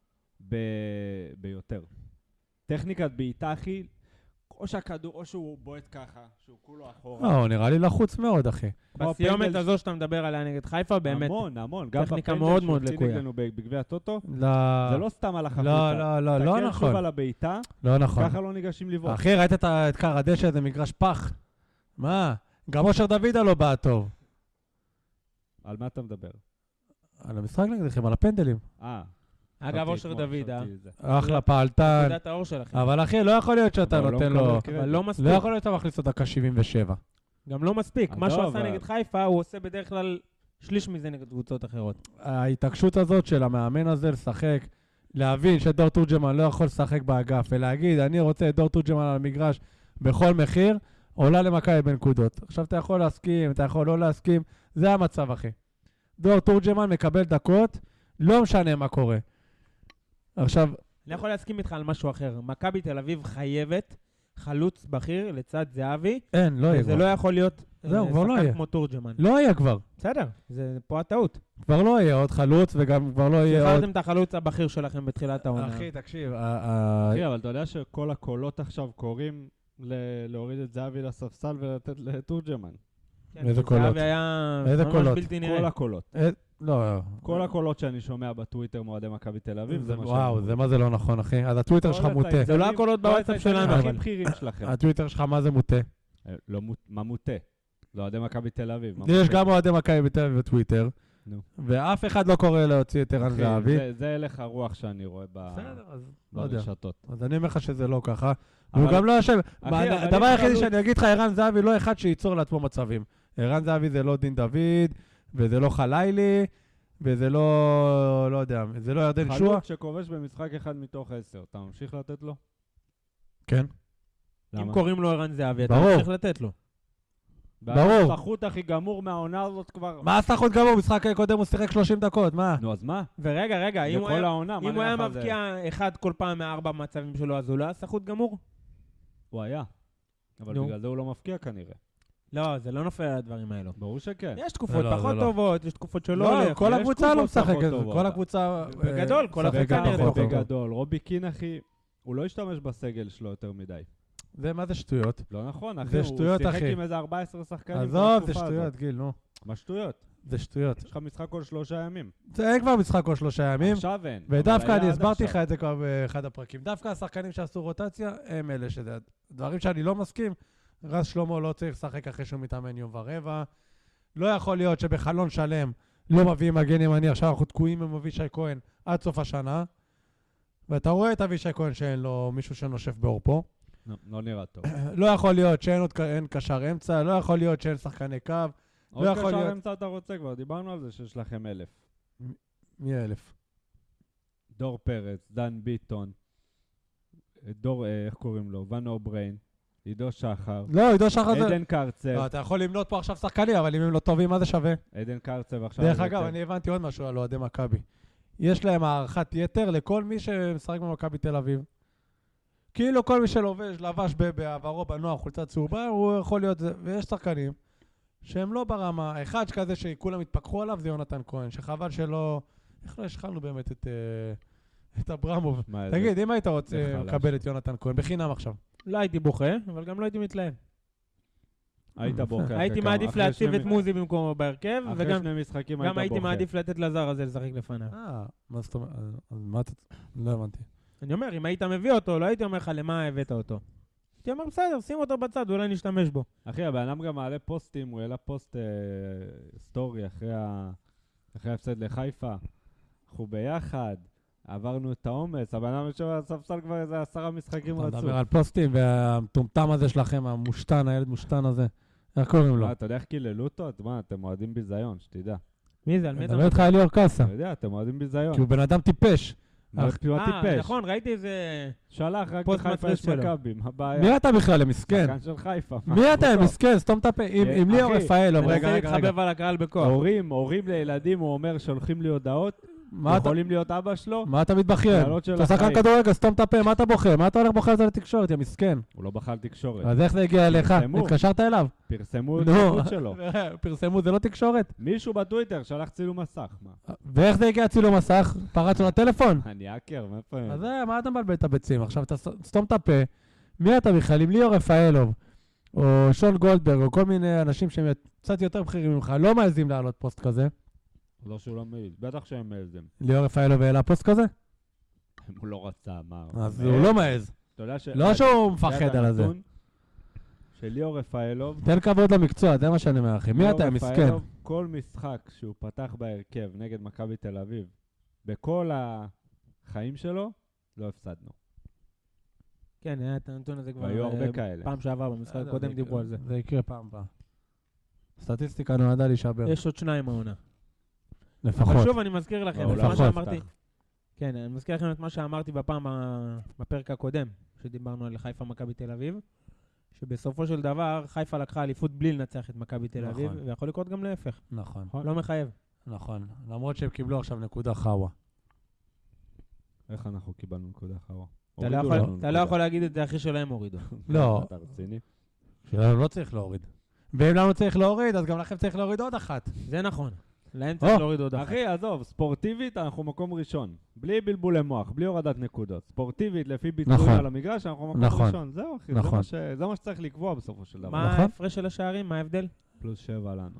ביותר. טכניקת בעיטה, אחי, או שהכדור, או שהוא בועט ככה, שהוא כולו אחורה. הוא נראה לי לחוץ מאוד, אחי. בסיומת הזו שאתה מדבר עליה נגד חיפה, באמת. המון. טכניקה מאוד מאוד לקויה. גם בפנדל לנו בגביע הטוטו, זה לא סתם על החפוצה. לא נכון. תקן שוב על הבעיטה, לא נכון. ככה לא ניגשים לבעוט. אחי, ראית את קר הדשא, זה מגרש פח. מה? גם אושר דוידה לא בא טוב. על מה אתה מדבר? על המשחק נגדכם, על הפנדלים. אגב, אושר דוידה. אחלה פעלתן. נקודת האור שלכם. אבל אחי, לא יכול להיות שאתה נותן לו... אבל לא מספיק. לא יכול להיות שאתה מכניס אותה כ-77. גם לא מספיק. מה שהוא עשה נגד חיפה, הוא עושה בדרך כלל שליש מזה נגד קבוצות אחרות. ההתעקשות הזאת של המאמן הזה לשחק, להבין שדור תורג'מן לא יכול לשחק באגף, ולהגיד, אני רוצה את דור תורג'מן על המגרש בכל מחיר, עולה למכבי בנקודות. עכשיו אתה יכול להסכים, אתה יכול לא להסכים, זה המצב, אחי. דור תורג'מן מקבל דקות, לא משנה מה קורה. עכשיו... אני יכול להסכים איתך על משהו אחר. מכבי תל אביב חייבת חלוץ בכיר לצד זהבי. אין, לא יהיה. זה לא יכול להיות שחקן כמו תורג'מן. לא יהיה כבר. בסדר, זה פה הטעות. כבר לא יהיה עוד חלוץ, וגם כבר לא יהיה עוד... שחררתם את החלוץ הבכיר שלכם בתחילת העונה. אחי, תקשיב. אחי, אבל אתה יודע שכל הקולות עכשיו קוראים להוריד את זהבי לספסל ולתת לתורג'מן. איזה קולות? זהבי היה ממש בלתי נראה. כל הקולות. לא. כל הקולות שאני שומע בטוויטר מועדי מכבי תל אביב, זה מה שאני... וואו, זה מה זה לא נכון, אחי. אז הטוויטר שלך מוטה. זה לא הקולות בוואטסאפ שלנו. הכי בכירים שלכם. הטוויטר שלך מה זה מוטה? לא, מה מוטה? לא אוהדי מכבי תל אביב. יש גם אוהדי מכבי תל אביב בטוויטר, ואף אחד לא קורא להוציא את ערן זהבי. זה הלך הרוח שאני רואה ברשתות. אז אני אומר לך שזה לא ככה. הוא גם לא יושב. הדבר היחידי שאני אגיד לך, ערן זהבי לא אחד שייצור לעצמו מצבים. ערן זהבי זה לא דין דוד, וזה לא חלילי, וזה לא יודע, זה לא ירדן שועה. חלוץ שכובש במשחק אחד מתוך 10, אתה ממשיך לתת לו? כן. אם קוראים לו ערן זהבי, אתה ממשיך לתת לו. ברור. הסחוט הכי גמור מהעונה הזאת כבר... מה הסחוט גמור? משחק קודם הוא שיחק 30 דקות, מה? נו, אז מה? ורגע, אם הוא היה מבקיע מבקיע אחד כל פעם מ4 מצבים שלו, אז הוא לא היה סחוט גמור? הוא היה. אבל בגלל זה הוא לא מבקיע כנראה. לא, זה לא נופל על הדברים האלו. ברור שכן. יש תקופות פחות טובות, יש תקופות שלא הולך. כל הקבוצה לא משחקת, כל הקבוצה... בגדול, כל הקבוצה פחות. בגדול. רובי קין, אחי, הוא לא השתמש בסגל שלו יותר מדי. זה מה זה שטויות? לא נכון, אחי. זה שטויות, אחי. הוא שיחק עם איזה 14 שחקנים. עזוב, זה שטויות, גיל, נו. מה שטויות? זה שטויות. יש לך משחק כל 3 ימים. אין כבר משחק כל 3 ימים. עכשיו אין. ודווקא אני הסברתי לך את זה כבר באחד הפרקים. דווקא השחקנים שעשו רוטציה, הם אלה שזה... דברים שאני לא מסכים, רז שלמה לא צריך לשחק אחרי שהוא מתאמן יום ורבע. לא יכול להיות שבחלון שלם לא מביאים מגן ימני, עכשיו אנחנו תקועים עם אבישי כהן עד סוף השנה. ואתה רואה את אבישי כהן שאין לו מישהו שנושף באור פה. לא נראה טוב. לא יכול להיות שאין קשר אמצע, לא יכול להיות שאין שחקני קו. עוד לא יכול קשר להיות... אמצע אתה רוצה כבר, דיברנו על זה שיש לכם 1,000. מי 1,000? דור פרץ, דן ביטון, דור, איך קוראים לו? ון בריין, עידו שחר, לא, עידו שחר זה... עדן קרצב. לא, אתה יכול למנות פה עכשיו שחקנים, אבל אם הם לא טובים, מה זה שווה? עדן קרצב עכשיו. דרך אגב, אני הבנתי עוד משהו על אוהדי מכבי. יש להם הערכת יתר לכל מי שמשחק במכבי תל אביב. כאילו כל מי לבש בעברו בנוער חולצה צהובה, הוא יכול להיות... ויש שחקנים שהם לא ברמה. אחד כזה שכולם התפקחו עליו זה יונתן כהן, שחבל שלא... איך לא השחלנו באמת את אברמוב? תגיד, אם היית רוצה לקבל את יונתן כהן, בחינם עכשיו. לא הייתי בוכה, אבל גם לא הייתי מתלהב. היית בוכה. הייתי מעדיף להציב את מוזי במקומו בהרכב, אחרי 2 משחקים היית וגם הייתי בוכה. מעדיף לתת לזר הזה לשחק לפניו. מה זאת אומרת? מה אתה... לא הבנתי. אני אומר, אם היית מביא אותו, לא הייתי אומר לך למה הבאת אותו. הייתי אומר, בסדר, שים אותו בצד, אולי נשתמש בו. אחי, הבן אדם גם מעלה פוסטים, הוא העלה פוסט סטורי אחרי ההפסד לחיפה. אנחנו ביחד, עברנו את האומץ, הבן אדם יושב על הספסל כבר איזה 10 משחקים רצו. אתה מדבר על פוסטים, והמטומטם הזה שלכם, המושתן, הילד מושתן הזה, איך קוראים לו? אתה יודע איך קיללו אותו? אתם אוהדים ביזיון, שתדע. מי זה? על מי אתה מדבר איתך על ליאור קאסה, אתה יודע, אתם אוהדים ביזיון. כי הוא בן אדם טיפש. הוא טיפש. נכון, ראיתי איזה... שלח רק פוסט בחיפה מטריד יש שלו. מכבי, מה הבעיה? מי אתה בכלל, מסכן? שחקן של חיפה. מי אתה, מסכן? סתום את הפה. עם ליאור רפאלוב, אני רגע. רוצה להתחבב על הקהל בכוח. הורים לילדים, הוא אומר, שולחים לי הודעות, יכולים להיות אבא שלו. מה אתה מתבכיין? אתה שחקן כדורגל, סתום את הפה, מה אתה בוכה? מה אתה הולך בוכה על זה לתקשורת, יא מסכן? הוא לא בחל תקשורת. אז איך זה הגיע אליך? התקשרת אליו? פרסמו את העבוד שלו. פרסמו, זה לא תקשורת? מישהו בטוויטר שלח צילום מסך. ואיך זה הגיע צילום מסך? פרצנו לטלפון? אני האקר, מאיפה... אז זה, מה אתה מבלבל את הביצים? עכשיו אתה סתום את הפה. מי אתה בכלל? עם ליאור רפאלוב, או שון גולדברג, או כל מיני אנשים שהם קצת יותר בכירים ממך, לא מעזים להעלות פוסט כזה. לא שהוא לא מעיז, בטח שהם מעזים. ליאור רפאלוב העלה פוסט כזה? הוא לא רצה, אמר. אז הוא לא מעז. לא שהוא מפחד על זה. של ליאור רפאלוב. תן כבוד למקצוע, זה מה שאני אומר, אחי. מי אתה, מסכן? כל משחק שהוא פתח בהרכב נגד מכבי תל אביב, בכל החיים שלו, לא הפסדנו. כן, היה את הנתון הזה כבר... והיו הרבה כאלה. פעם שעבר במשחק קודם דיברו על זה. זה יקרה פעם הבאה. סטטיסטיקה נועדה להישבר. יש עוד 2 העונה. לפחות. אבל שוב, אני מזכיר לכם את מה שאמרתי. לפחות. כן, אני מזכיר לכם את מה שאמרתי בפרק הקודם, שדיברנו על חיפה מכבי תל אביב, שבסופו של דבר חיפה לקחה אליפות בלי לנצח את מכבי תל אביב, נכון. ויכול לקרות גם להפך. נכון. לא מחייב. נכון. למרות שהם קיבלו עכשיו נקודה חווה. איך אנחנו קיבלנו נקודה חווה? אתה לא יכול להגיד את זה, אחי שלהם הורידו. לא. אתה רציני? שלנו לא צריך להוריד. ואם לנו צריך להוריד, אז גם לכם צריך להוריד עוד אחת. זה נכון. להם צריך להוריד עוד אחת. אחי, עזוב, ספורטיבית אנחנו מקום ראשון. בלי בלבולי מוח, בלי הורדת נקודות. ספורטיבית, לפי ביצועים על המגרש, אנחנו מקום ראשון. זהו, אחי, זה מה שצריך לקבוע בסופו של דבר. מה ההפרש של השערים? מה ההבדל? פלוס 7 לנו.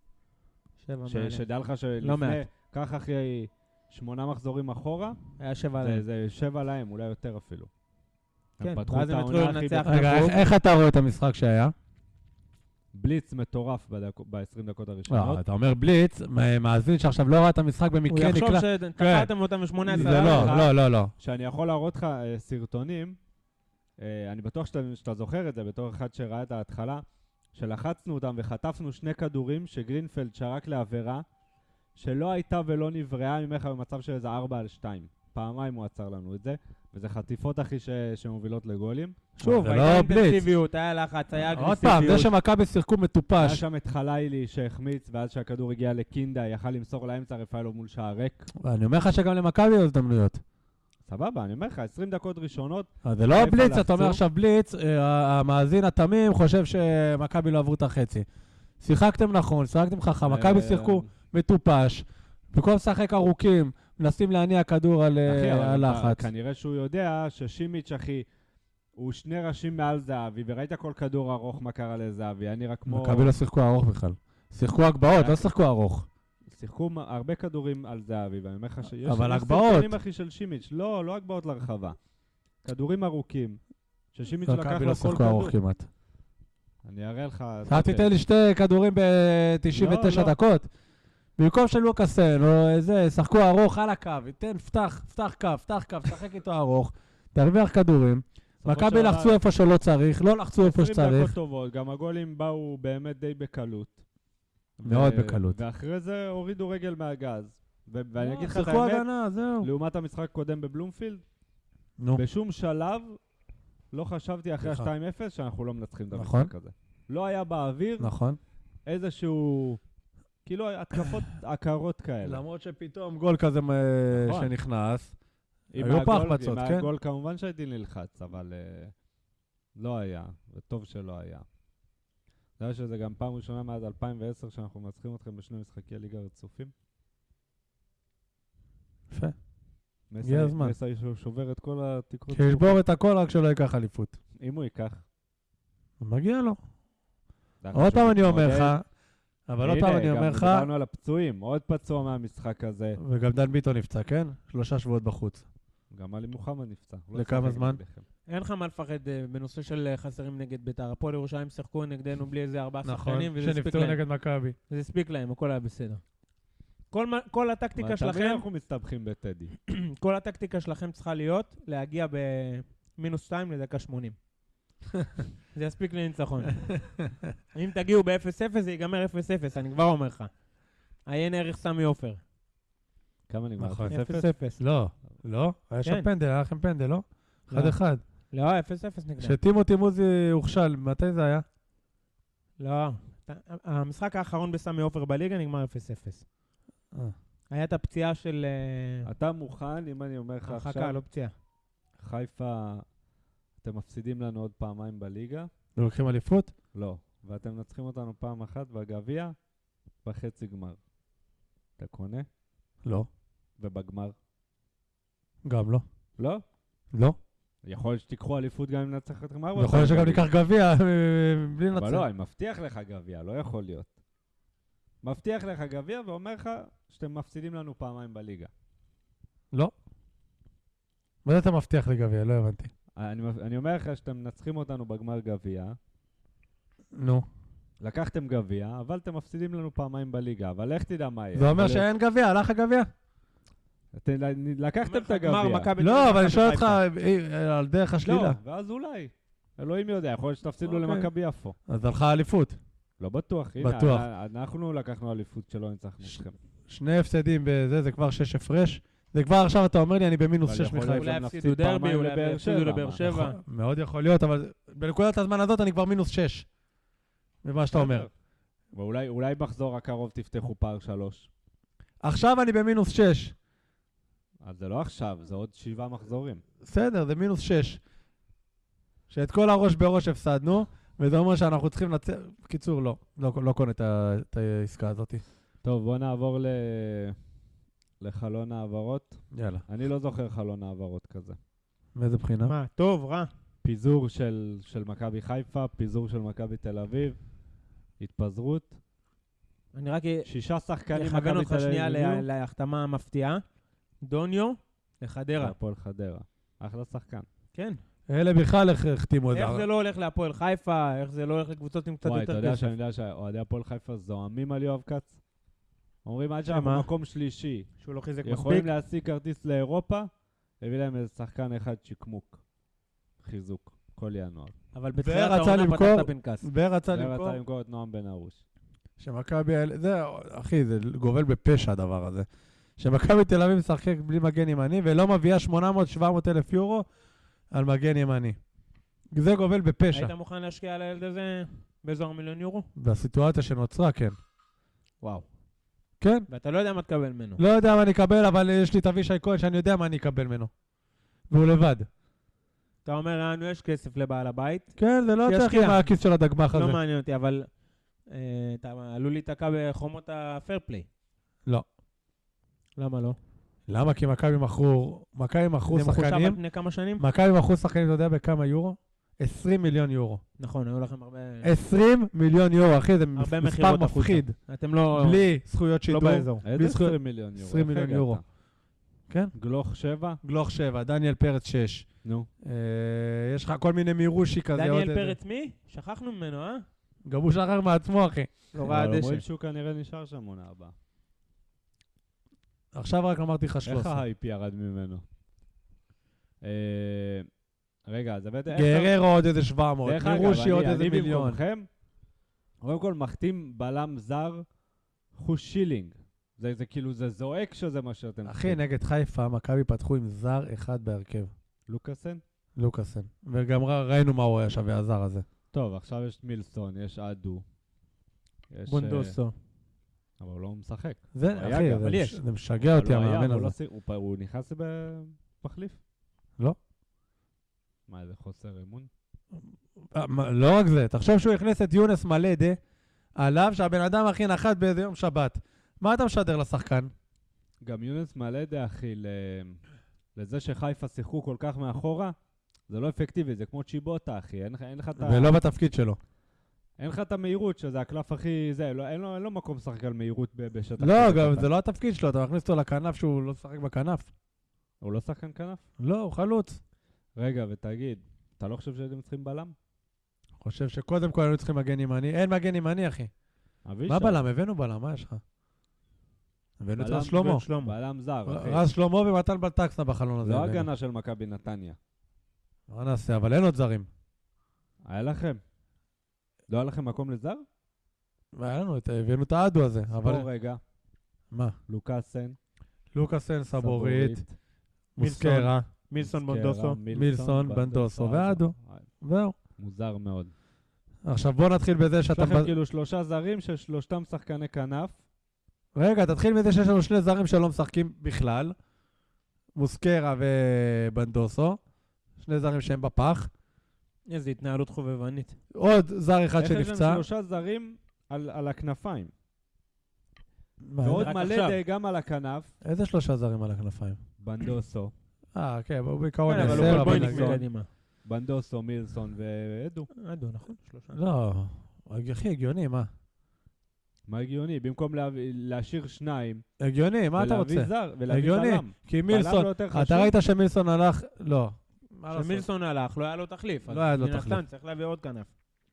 7 מעלה. שדע לך שלפני, כך אחרי 8 מחזורים אחורה, היה 7 להם. זה 7 להם, אולי יותר אפילו. כן, הם פתחו ואז את הם התחילו העונה הכי לנצח. רגע, איך אתה רואה את המשחק שהיה? בליץ מטורף ב-20 דקות הראשונות. אתה אומר בליץ, מאזין שעכשיו לא ראה את את במקרה הוא יחשוב שתקעתם אותם ב-18. זה לא. שאני יכול להראות לך סרטונים, אני בטוח שאתה זוכר את זה, בתור אחד שראה את ההתחלה, שלחצנו אותם וחטפנו 2 כדורים שגרינפלד שרק לעבירה, שלא הייתה ולא נבראה ממך במצב של איזה 4-2. פעמיים הוא עצר לנו את זה, וזה חטיפות אחי שמובילות לגולים. שוב, הייתה אינטנסיביות, היה לחץ, היה אגרסיביות. עוד פעם, זה שמכבי שיחקו מטופש. היה שם את חלילי שהחמיץ, ואז שהכדור הגיע לקינדה, יכל למסור לאמצע רפאלוב מול שער ריק. אני אומר לך שגם למכבי היו הזדמנויות. סבבה, אני אומר לך, 20 דקות ראשונות. זה לא בליץ, אתה אומר עכשיו בליץ, המאזין התמים חושב שמכבי לא עברו את החצי. שיחקתם נכון, שיחקתם חכם, מכבי שיחקו מטופש, וכל משחק ארוכים, מנסים להניע כדור על לחץ. כנראה שהוא יודע ששימיץ' אחי, הוא 2 ראשים מעל זהבי, וראית כל כדור ארוך מה קרה לזהבי, אני רק כמו... מכבי לא שיחקו ארוך בכלל. שיחקו הגבהות, לא שיחקו ארוך. שיחקו הרבה כדורים על זהבי, ואני אומר לך שיש... אבל יש הגבהות. סרטונים, אחי, של שימיץ'. לא הגבהות לרחבה. כדורים ארוכים, ששימיץ' לקח מכבי לו לא כל שיחקו כדור. ארוך כמעט. אני אראה לך... אתה תיתן לי 2 כדורים ב-99 לא. דקות. במקום של לוקאסן, או זה, שחקו ארוך על הקו, תן, פתח קו, שחק איתו ארוך, תרוויח כדורים. מכבי לחצו איפה שלא צריך, לא לחצו איפה 20 דקות שצריך. טובות, גם הגולים באו באמת די בקלות. מאוד בקלות. ואחרי זה הורידו רגל מהגז. ואני אגיד לך את שיחקו האמת, הגנה, זהו. לעומת המשחק הקודם בבלומפילד, נו, בשום שלב לא חשבתי אחרי סליחה. ה-2-0 שאנחנו לא מנצחים את נכון. המשחק הזה. לא היה באוויר נכון. איזשהו... כאילו התקפות עקרות כאלה. למרות שפתאום גול כזה נכון. שנכנס, עם היו פה הגול- החמצות, עם כן? הגול כמובן שהייתי נלחץ, אבל לא היה, וטוב שלא היה. אתה יודע שזה גם פעם ראשונה מאז 2010 שאנחנו מנצחים אתכם בשני משחקי ליגה רצופים? יפה. מסי- הגיע הזמן. מסי שובר את כל התקרות. שישבור את הכל רק שלא ייקח אליפות. אם הוא ייקח. מגיע לו. דרך עוד שהוא פעם אני אומר מתמודד. לך, אבל עוד פעם אני אומר לך, הנה, גם דיברנו על הפצועים, עוד פצוע מהמשחק הזה. וגם דן ביטון נפצע, כן? 3 שבועות בחוץ. גם עלי מוחמד נפצע. הוא לא לכמה ישחק זמן? נגדכם. אין לך מה לפחד בנושא של חסרים נגד בית"ר. הפועל ירושלים שיחקו נגדנו בלי איזה 4 נכון, שחקנים, וזה הספיק שנפצעו להם. נגד מכבי. זה הספיק להם, הכל היה בסדר. כל הטקטיקה אבל תמיד שלכם, אנחנו מסתבכים בטדי. כל הטקטיקה שלכם צריכה להיות להגיע ב-2- לדקה 80. זה יספיק לניצחון. אם תגיעו ב-0-0 זה ייגמר 0-0, אני כבר אומר לך. עיין ערך סמי עופר. כמה נגמר? נכון. 0-0? 0-0. לא, היה שם כן. פנדל, היה לכם פנדל, לא? לא. 1-1. לא, 0-0 נגדם. שטימותי מוזי הוכשל, מתי זה היה? לא. המשחק האחרון בסמי עופר בליגה נגמר 0-0. היה את הפציעה של... אתה מוכן, אם אני אומר לך הרחקה, עכשיו, לא פציעה. חיפה, אתם מפסידים לנו עוד פעמיים בליגה? ולוקחים אליפות? לא. ואתם מנצחים אותנו פעם אחת בגביע, בחצי גמר. אתה קונה? לא. ובגמר? גם לא. לא? לא. יכול להיות שתיקחו אליפות גם אם נצח את גמר? יכול להיות שגם ניקח גביע בלי אבל לא, לנצח. אני מבטיח לך גביע, לא יכול להיות. מבטיח לך גביע ואומר לך שאתם מפסידים לנו פעמיים בליגה. לא. מה זה אתה מבטיח לי גביע? לא הבנתי. אני אומר לך שאתם מנצחים אותנו בגמר גביע, נו. לקחתם גביע, אבל אתם מפסידים לנו פעמיים בליגה, אבל איך תדע מה יהיה? זה אומר יכול להיות- שאין גביע, הלך הגביע? לקחתם את גמר הגביע. מכבי לא, תל אביב, אבל אני שואל אותך חיפה. על דרך לא, השלילה. ואז אולי. אלוהים יודע, יכול להיות שתפסידו אוקיי. למכבי יפו. אז הלכה אליפות. לא בטוח, הנה, בטוח. אנחנו לקחנו אליפות שלא ניצחנו אתכם. 2 הפסדים בזה, זה כבר 6 הפרש. זה כבר עכשיו אתה אומר לי, אני במינוס אבל 6 יכול להיות מחיפה. אולי גם הפסידו נפסיד דרבי, פעמיים אולי לבאר הפסידו שבע, לבאר מה? שבע. מאוד יכול להיות, אבל בנקודת הזמן הזאת אני כבר מינוס 6. ממה שאתה אומר. ואולי מחזור הקרוב תפתחו פער 3. עכשיו אני במינוס 6. אז זה לא עכשיו, זה עוד 7 מחזורים. בסדר, זה מינוס 6. שאת כל הראש בראש הפסדנו, וזה אומר שאנחנו צריכים לצאת... בקיצור, לא קונה את העסקה הזאת. טוב, בוא נעבור לחלון העברות. יאללה. אני לא זוכר חלון העברות כזה. מאיזה בחינה? מה, טוב, רע. פיזור של מכבי חיפה, פיזור של מכבי תל אביב, התפזרות. אני רק 6 שחקנים מכבי אכוון אותך תל שנייה אביב. להחתמה המפתיעה. דוניו לחדרה. להפועל חדרה. אחלה שחקן. כן. אלה בכלל איך החתימו את איך זה לא הולך להפועל חיפה, איך זה לא הולך לקבוצות עם קצת וואי, אתה יותר יודע כסף. שאני יודע שאוהדי הפועל חיפה זועמים על יואב כץ? אומרים עד שאנחנו שמה? מקום שלישי, שהוא לא חיזק יכולים מספיק. להשיג כרטיס לאירופה, הביא להם איזה שחקן אחד צ'יקמוק. חיזוק, כל ינואר. אבל בתחילת ורצה העונה למכור- פתחת פנקס. ורצה זה למכור. רצה למכור את נועם בן ארוש. שמכבי... זה, אחי, זה גובל בפשע הדבר הזה. שמכבי תל אביב משחק בלי מגן ימני, ולא מביאה 800-700 אלף יורו על מגן ימני. זה גובל בפשע. היית מוכן להשקיע על הילד הזה באזור 1,000,000 יורו? בסיטואציה שנוצרה, כן. וואו. כן? ואתה לא יודע מה תקבל ממנו. לא יודע מה אני אקבל, אבל יש לי את אבישי כהן שאני יודע מה אני אקבל ממנו. והוא לבד. אתה אומר, לנו יש כסף לבעל הבית. כן, זה לא צריך שישקיע. עם הכיס של הדגמח הזה. לא מעניין אותי, אבל אתה עלול להיתקע בחומות הפייר פליי. לא. למה לא? למה? כי מכבי מכרו זה מחושב על שחקנים. פני כמה שנים? מכבי מכרו שחקנים, אתה יודע בכמה יורו? 20 מיליון יורו. נכון, היו לכם הרבה... 20 מיליון יורו, אחי, זה הרבה מספר מכירות החוצה. מפחיד. אתם לא... בלי זכויות שידור. באזור. בלי איזה זכויות- 20 מיליון יורו? 20 מיליון איך יורו. הגעת? כן? גלוך 7? גלוך 7, דניאל פרץ 6. נו. יש לך כל מיני מירושי כזה. עוד דניאל איזה- פרץ מי? שכחנו ממנו, אה? גם הוא שחרר מעצמו, אחי. לא ראה אבל הדשא. אומרים שהוא כנראה נשאר שם עונה הבאה. עכשיו רק אמרתי לך איך 13. ההייפ ירד ממנו? רגע, אז הבאת... גררו עוד איזה 700, דרך אגב, מירושי עוד איזה אני מיליון. במקומכם, קודם כל מחתים בלם זר חוש שילינג. זה כאילו, זה זועק שזה מה שאתם... אחי, נגד חיפה, מכבי פתחו עם זר אחד בהרכב. לוקאסן? לוקאסן. וגם ראינו מה הוא היה שווה, הזר הזה. טוב, עכשיו יש מילסון, יש אדו. יש, בונדוסו. אבל הוא לא משחק. זה, הוא היה אחי, גם, זה אבל יש. זה משגע אותי אבל הוא היה, המאמן אבל הוא הזה. לא הוא נכנס במחליף? לא. מה, זה חוסר אמון? לא רק זה, תחשוב שהוא הכניס את יונס מלדה, עליו שהבן אדם הכי נחת באיזה יום שבת. מה אתה משדר לשחקן? גם יונס מלדה, אחי, לזה שחיפה שיחקו כל כך מאחורה, זה לא אפקטיבי, זה כמו צ'יבוטה, אחי. אין לך את ה... ולא בתפקיד שלו. אין לך את המהירות, שזה הקלף הכי... אין לו מקום לשחק על מהירות בשטח. לא, כזה גם קטן. זה לא התפקיד שלו, אתה מכניס אותו לכנף שהוא לא שחק בכנף. הוא לא שחקן כנף? לא, הוא חלוץ. רגע, ותגיד, אתה לא חושב שהייתם צריכים בלם? חושב שקודם כל היינו צריכים מגן ימני. אין מגן ימני, אחי. אבישי. מה בלם? הבאנו בלם, מה יש לך? הבאנו את בלם, רז שלמה. בלם זר, אחי. רז שלמה ומתן בלטקסנה בחלון הזה. לא הבאנו. הגנה של מכבי נתניה. מה נעשה? אבל אין עוד זרים. היה לכם? לא היה לכם מקום לזר? והיה לנו, הבאנו את האדו הזה. אבל... בוא רגע, מה? לוקאסן, לוקאסן, סבורית, מוסקרה, מילסון מוסקרה, בונדוסו. מילסון, בנדוסו ואדו. זהו. מוזר מאוד. עכשיו בוא נתחיל בזה יש שאתה... לכם כאילו 3 זרים ששלושתם שחקני כנף. רגע, תתחיל מזה שיש לנו 2 זרים שלא משחקים בכלל. מוסקרה ובנדוסו. 2 זרים שהם בפח. איזו התנהלות חובבנית. עוד זר אחד איך יש שנפצע. להם 3 זרים על הכנפיים? מה, ועוד רק מלא עכשיו. די גם על הכנף. איזה 3 זרים על הכנפיים? בנדוסו. כן, הוא בעיקרון כן, אבל 10, הוא אבל בויניק נגזור. מקדימה. בנדוסו, מילסון ואדו. אדו, נכון? 3. לא, הכי הגיוני, מה? מה הגיוני? במקום להשאיר 2 הגיוני, מה אתה ולהביא רוצה? זר ולהביא הגיוני. בלם. כי בלם מילסון, לא יותר אתה חשוב? ראית שמילסון הלך? לא. מה לעשות? כשמילסון הלך, לא היה לו תחליף. לא היה לו מן הסתם תחליף. צריך להביא עוד כנף.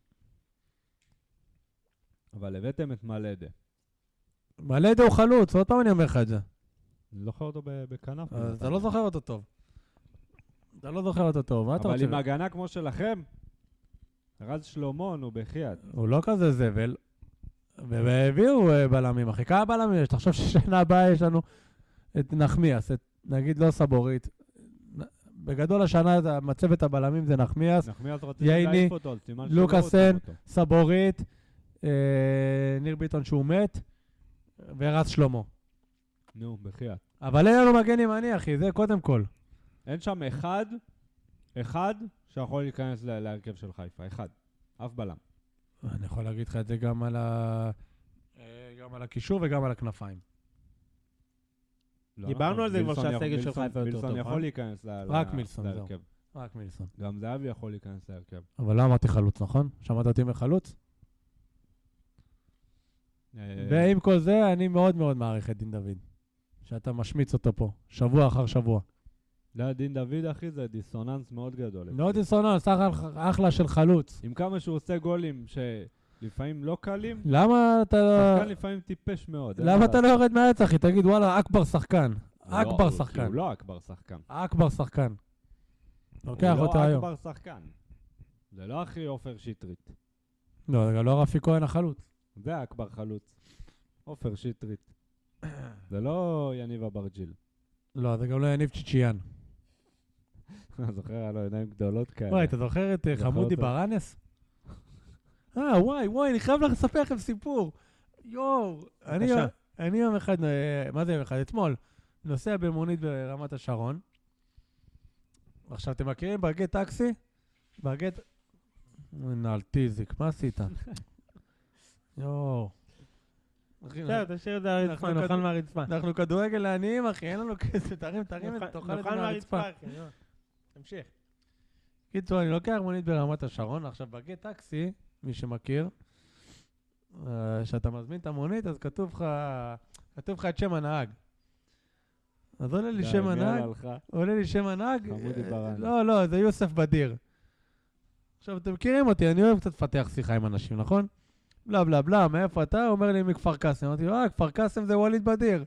אבל הבאתם את מלדה. מלדה הוא חלוץ, עוד פעם אני אומר לך את זה. אני זוכר אותו בכנף. אז אתה לא זוכר אותו טוב. אתה לא זוכר אותו טוב, מה אתה אבל רוצה? עם הגנה כמו שלכם, רז שלמה, נו בחייאת. הוא לא כזה זבל. והביאו בלמים, אחי. כמה בלמים יש? תחשוב ששנה הבאה יש לנו את נחמיאס, נגיד לא סבורית. בגדול השנה מצבת הבלמים זה נחמיאס, נחמיאס רציתי ייני, להעיף אותו, אז סימן שלא לוקאסן, רוצים אותו. סבורית, ניר ביטון שהוא מת, ורז שלמה. נו, בחייאת. אבל אין לנו מגן ימני, אחי, זה קודם כל. אין שם אחד שיכול להיכנס להרכב של חיפה, אחד. אף בלם. אני יכול להגיד לך את זה גם על הקישור וגם על הכנפיים. לא דיברנו נכון, על זה כבר מילסון שהסגל יכול- של חיפה יותר מילסון טוב, יכול להיכנס רק מילסון, זהו. להרכב. רק מילסון. גם זהבי יכול להיכנס להרכב. אבל לא אמרתי חלוץ, נכון? שמעת אותי מחלוץ? ועם כל זה, אני מאוד מאוד מעריך את דין דוד. שאתה משמיץ אותו פה, שבוע אחר שבוע. לא, דין דוד, אחי, זה דיסוננס מאוד גדול. מאוד דיסוננס, אחלה של חלוץ. עם כמה שהוא עושה גולים שלפעמים לא קלים, למה אתה שחקן לפעמים טיפש מאוד. אין למה מה אתה לא יורד מהעץ, אחי? תגיד, וואלה, אכבר שחקן. לעשות. אכבר לא, שחקן. הוא לא אכבר שחקן. אכבר שחקן. לוקח הוא אותו לא היום. אכבר שחקן. זה לא אחי עופר שטרית. לא, זה גם לא רפי כהן החלוץ. זה אכבר חלוץ. עופר שטרית. זה לא יניב אברג'יל. לא, זה גם לא יניב צ'יצ'יאן. זוכר, היה לו עיניים גדולות כאלה. וואי, אתה זוכר את זוכר חמודי אותו. ברנס? וואי, אני חייב לספר לכם סיפור. יואו, אני יום אחד, מה זה יום אחד? אתמול, נוסע במונית ברמת השרון. עכשיו, אתם מכירים ברגי טקסי? ברגי... נעלתיזיק, מה עשית? יואו. בסדר, תשאיר את זה על הרצפה, נאכל מהרצפה. אנחנו כדורגל לעניים, אחי, אין לנו כסף, תרים, תאכל את זה, תאכל את זה מהרצפה. תמשיך. קיצור, אני לוקח מונית ברמת השרון, עכשיו בגט טקסי, מי שמכיר, כשאתה מזמין את המונית, אז כתוב לך את שם הנהג. אז עולה לי שם הנהג, חמודי ברן. לא, זה יוסף בדיר. עכשיו, אתם מכירים אותי, אני אוהב קצת לפתח שיחה עם אנשים, נכון? בלה בלה בלה, מאיפה אתה? הוא אומר לי מכפר קאסם. אמרתי לו, כפר קאסם זה ווליד בדיר.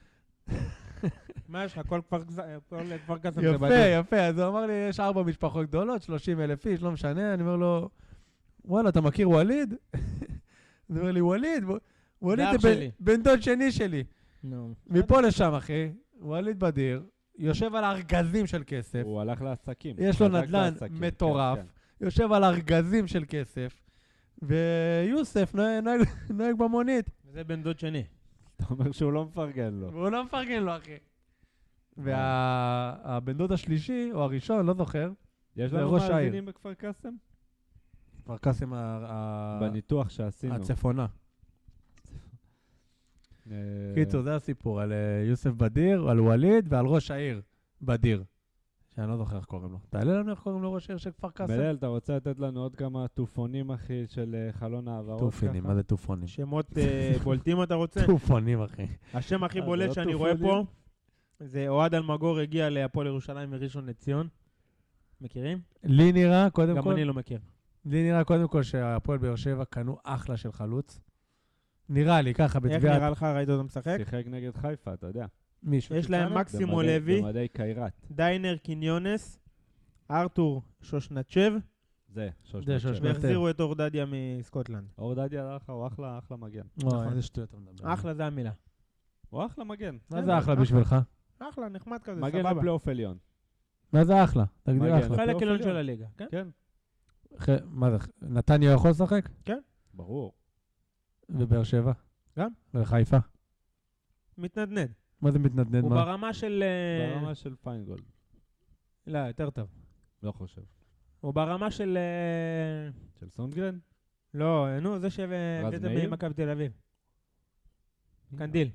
מה יש לך? כל כפר קאסם זה בדיר. יפה. אז הוא אמר לי, יש 4 משפחות גדולות, 30,000 איש, לא משנה. אני אומר לו, וואלה, אתה מכיר ווליד? הוא אומר לי, ווליד זה בן דוד שני שלי. מפה לשם, אחי. ווליד בדיר, יושב על ארגזים של כסף. הוא הלך לעסקים. יש לו נדל"ן מטורף. יושב על ארגזים של כסף. ויוסף נוהג במונית. זה בן דוד שני. אתה אומר שהוא לא מפרגן לו. והוא לא מפרגן לו, אחי. והבן דוד השלישי, או הראשון, לא זוכר, יש לנו מאזינים בכפר קאסם? כפר קאסם בניתוח שעשינו. הצפונה. קיצור, זה הסיפור, על יוסף בדיר, על ווליד ועל ראש העיר בדיר. שאני לא זוכר איך קוראים לו. תעלה לנו איך קוראים לו ראש העיר של כפר קאסם. בליל, אתה רוצה לתת לנו עוד כמה טופונים, אחי, של חלון העברות? טופונים, מה זה טופונים? שמות בולטים אתה רוצה? טופונים, אחי. השם הכי בולט שאני רואה פה, זה אוהד אלמגור הגיע להפועל ירושלים מראשון לציון. מכירים? לי נראה, קודם כל... גם אני לא מכיר. לי נראה קודם כל שהפועל באר שבע קנו אחלה של חלוץ. נראה לי, ככה, איך נראה לך? ראית אותו משחק? שיחק נגד חיפה, אתה יודע. יש להם מקסימו לוי, במדי קיירת. דיינר קיניונס, ארתור שושנצ'ב, זה, והחזירו את אורדדיה מסקוטלנד. אורדדיה הוא אחלה מגן. איזה שטויות אתה מדבר. אחלה זה המילה. הוא אחלה מגן. מה זה אחלה בשבילך? אחלה, נחמד כזה, מגן סבבה. לפלייאוף עליון. מה זה אחלה? תגדיר אחלה. חלק עליון של הליגה, כן? כן. מה זה? נתניה יכול לשחק? כן. ברור. ובאר שבע? גם. וחיפה? מתנדנד. מה זה מתנדנד? הוא ברמה של... ברמה של פיינגולד. לא, יותר טוב. לא חושב. הוא ברמה של... של סונגרן? לא, נו, זה שהבאת ממכבי תל אביב. קנדיל.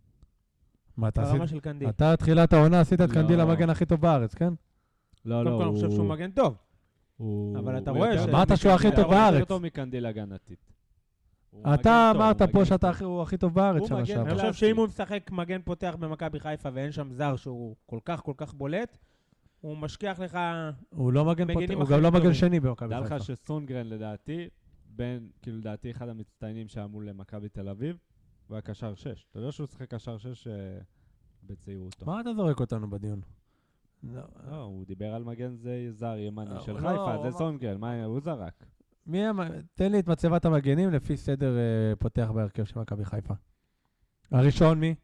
מה אתה עשית? ברמה של קנדיל. אתה תחילת העונה עשית את קנדיל המגן הכי טוב בארץ, כן? לא, קודם כל אני חושב שהוא מגן טוב. אבל אתה רואה ש... אמרת שהוא הכי טוב בארץ. הוא יותר טוב מקנדיל הגנתית. אתה אמרת פה שאתה הכי טוב בארץ שנה שעברה. אני חושב שאם הוא משחק מגן פותח במכבי חיפה ואין שם זר שהוא כל כך בולט, הוא משכיח לך... הוא לא מגן פותח, הוא גם לא מגן שני במכבי חיפה. דע לך שסונגרן לדעתי, כאילו לדעתי אחד המצטיינים שאמרו למכבי תל אביב, הוא היה קשר 6. אתה יודע שהוא שחק קשר 6 בצעירותו. מה אתה זורק אותנו בדיון? לא, הוא דיבר על מגן זה זר ימני של חיפה, זה סונגרן, מה הוא זרק? תן לי את מצבת המגנים לפי סדר פותח בהרכב של מכבי חיפה. הראשון מי?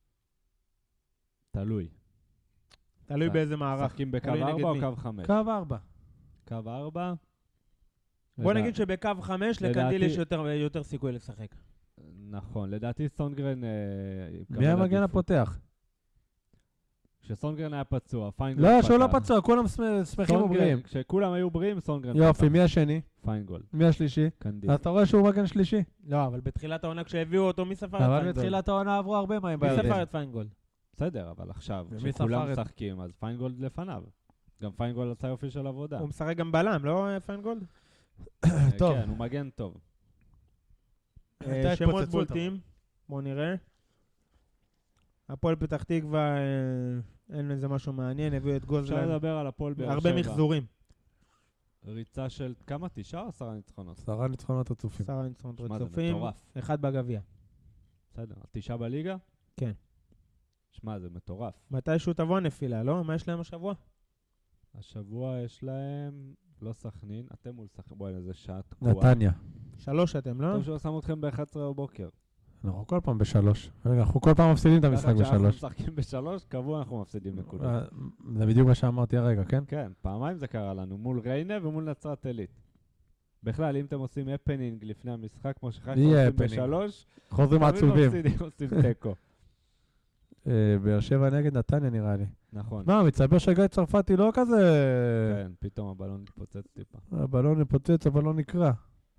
תלוי. תלוי באיזה מערך. שחקים בקו 4 או קו 5? קו 4. קו 4? בוא נגיד שבקו 5 לקנדיל יש יותר סיכוי לשחק. נכון, לדעתי סונגרן... מי המגן הפותח? כשסונגרן היה פצוע, פיינגולד פתח. לא, שהוא לא פצוע, כולם שמחים ובריאים. כשכולם היו בריאים, סונגרן פתח. יופי, מי השני? פיינגולד. מי השלישי? קנדיל. אז אתה רואה שהוא מגן שלישי? לא, אבל בתחילת העונה כשהביאו אותו, מי ספר את פיינגולד? אבל בתחילת העונה עברו הרבה מים בירדן. מי בירדן. ספר את פיינגולד? בסדר, אבל עכשיו, כשכולם משחקים, אז פיינגולד לפניו. גם פיינגולד עשה יופי של עבודה. הוא משחק גם בלם, לא פיינגולד? טוב. כן, הוא מגן טוב. שמות בולטים, בואו נראה. הפועל פתח תקווה, אין לזה משהו מעניין, הביאו את גוזלן. אפשר לדבר על הפועל באר שבע. הרבה מחזורים. ריצה של כמה? 9 או 10 ניצחונות? 10 ניצחונות רצופים. 10 ניצחונות שמע, זה רצופים, מטורף. 1 בגביע. בסדר, 9 בליגה? כן. שמע, זה מטורף. מתישהו תבוא הנפילה, לא? מה יש להם השבוע? השבוע יש להם, לא סכנין, אתם מול סכנין, בואי, איזה שעה תקועה. נתניה. 3 אתם, לא? טוב שהוא שם אתכם ב-11 בבוקר. אנחנו כל פעם ב3. רגע, אנחנו כל פעם מפסידים את המשחק ב3. כשאנחנו משחקים ב3, קבוע אנחנו מפסידים נקודות. זה בדיוק מה שאמרתי הרגע, כן? כן, פעמיים זה קרה לנו, מול ריינה ומול נצרת עילית. בכלל, אם אתם עושים הפנינג לפני המשחק, כמו שחיפה עושים ב3, חוזרים עצובים. עושים תיקו. באר שבע נגד נתניה נראה לי. נכון. מה, מצטבר שגיא צרפתי לא כזה... כן, פתאום הבלון מתפוצץ טיפה. הבלון מתפוצץ, אבל לא נקרא.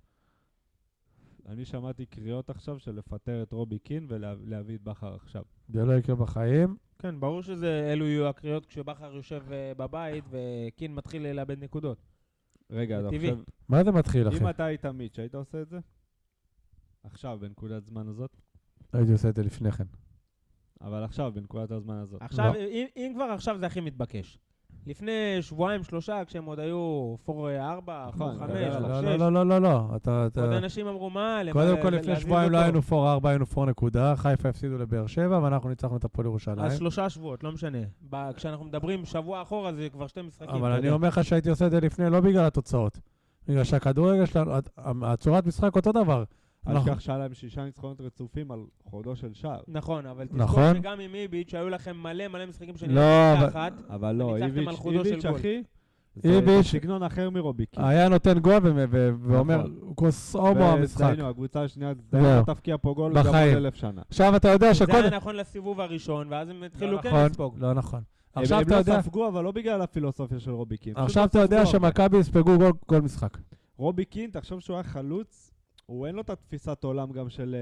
אני שמעתי קריאות עכשיו של לפטר את רובי קין ולהביא את בכר עכשיו. זה לא יקרה בחיים. כן, ברור שאלו יהיו הקריאות כשבכר יושב בבית וקין מתחיל לאבד נקודות. רגע, זה אתה טבעי. חושב, מה זה מתחיל, אחי? אם אתה היית מיץ', היית עושה את זה? עכשיו, בנקודת זמן הזאת? הייתי עושה את זה לפני כן. אבל עכשיו, בנקודת הזמן הזאת. עכשיו, אם כבר עכשיו זה הכי מתבקש. לפני שבועיים, שלושה, כשהם עוד היו 4-4, 4-5, נכון, 4-5, לא. עוד אנשים אמרו מה, קודם כל, לפני להזיז שבועיים לא אותו. היינו 4-4, היינו 4 נקודה, חיפה הפסידו לבאר שבע, ואנחנו ניצחנו את הפועל ירושלים. אז 3 שבועות, לא משנה. כשאנחנו מדברים שבוע אחורה, זה כבר 2 משחקים. אבל אתה אני יודע. אומר לך שהייתי עושה את זה לפני, לא בגלל התוצאות. בגלל שהכדורגל שלנו, הצורת משחק אותו דבר. אל תשכח שהיה להם 6 ניצחונות רצופים על חודו של שער. נכון, אבל תזכור נכון. שגם עם איביץ' היו לכם מלא משחקים לא, שנראים תחת. אבל לא, וניצחתם על חודו של איביץ' גול. אחי, איביץ'- זה סגנון אחר מרוביקין. היה נותן גול ואומר, נכון. כוס הומו המשחק. וזיינו, הקבוצה השנייה, זהו. זיינו תפקיע פה גול גם בחיים. עוד 1000 שנה. עכשיו אתה יודע זה שכל... היה נכון לסיבוב הראשון, ואז הם התחילו כן נכון, לספוג. לא נכון. עכשיו הם אתה לא יודע... ספגו, אבל לא בגלל הפילוסופיה של רובי קינט. עכשיו אתה יודע שמכבי יספגו כל משחק. רובי קינט, תחשוב שהוא היה חלוץ, הוא אין לו את התפיסת עולם גם של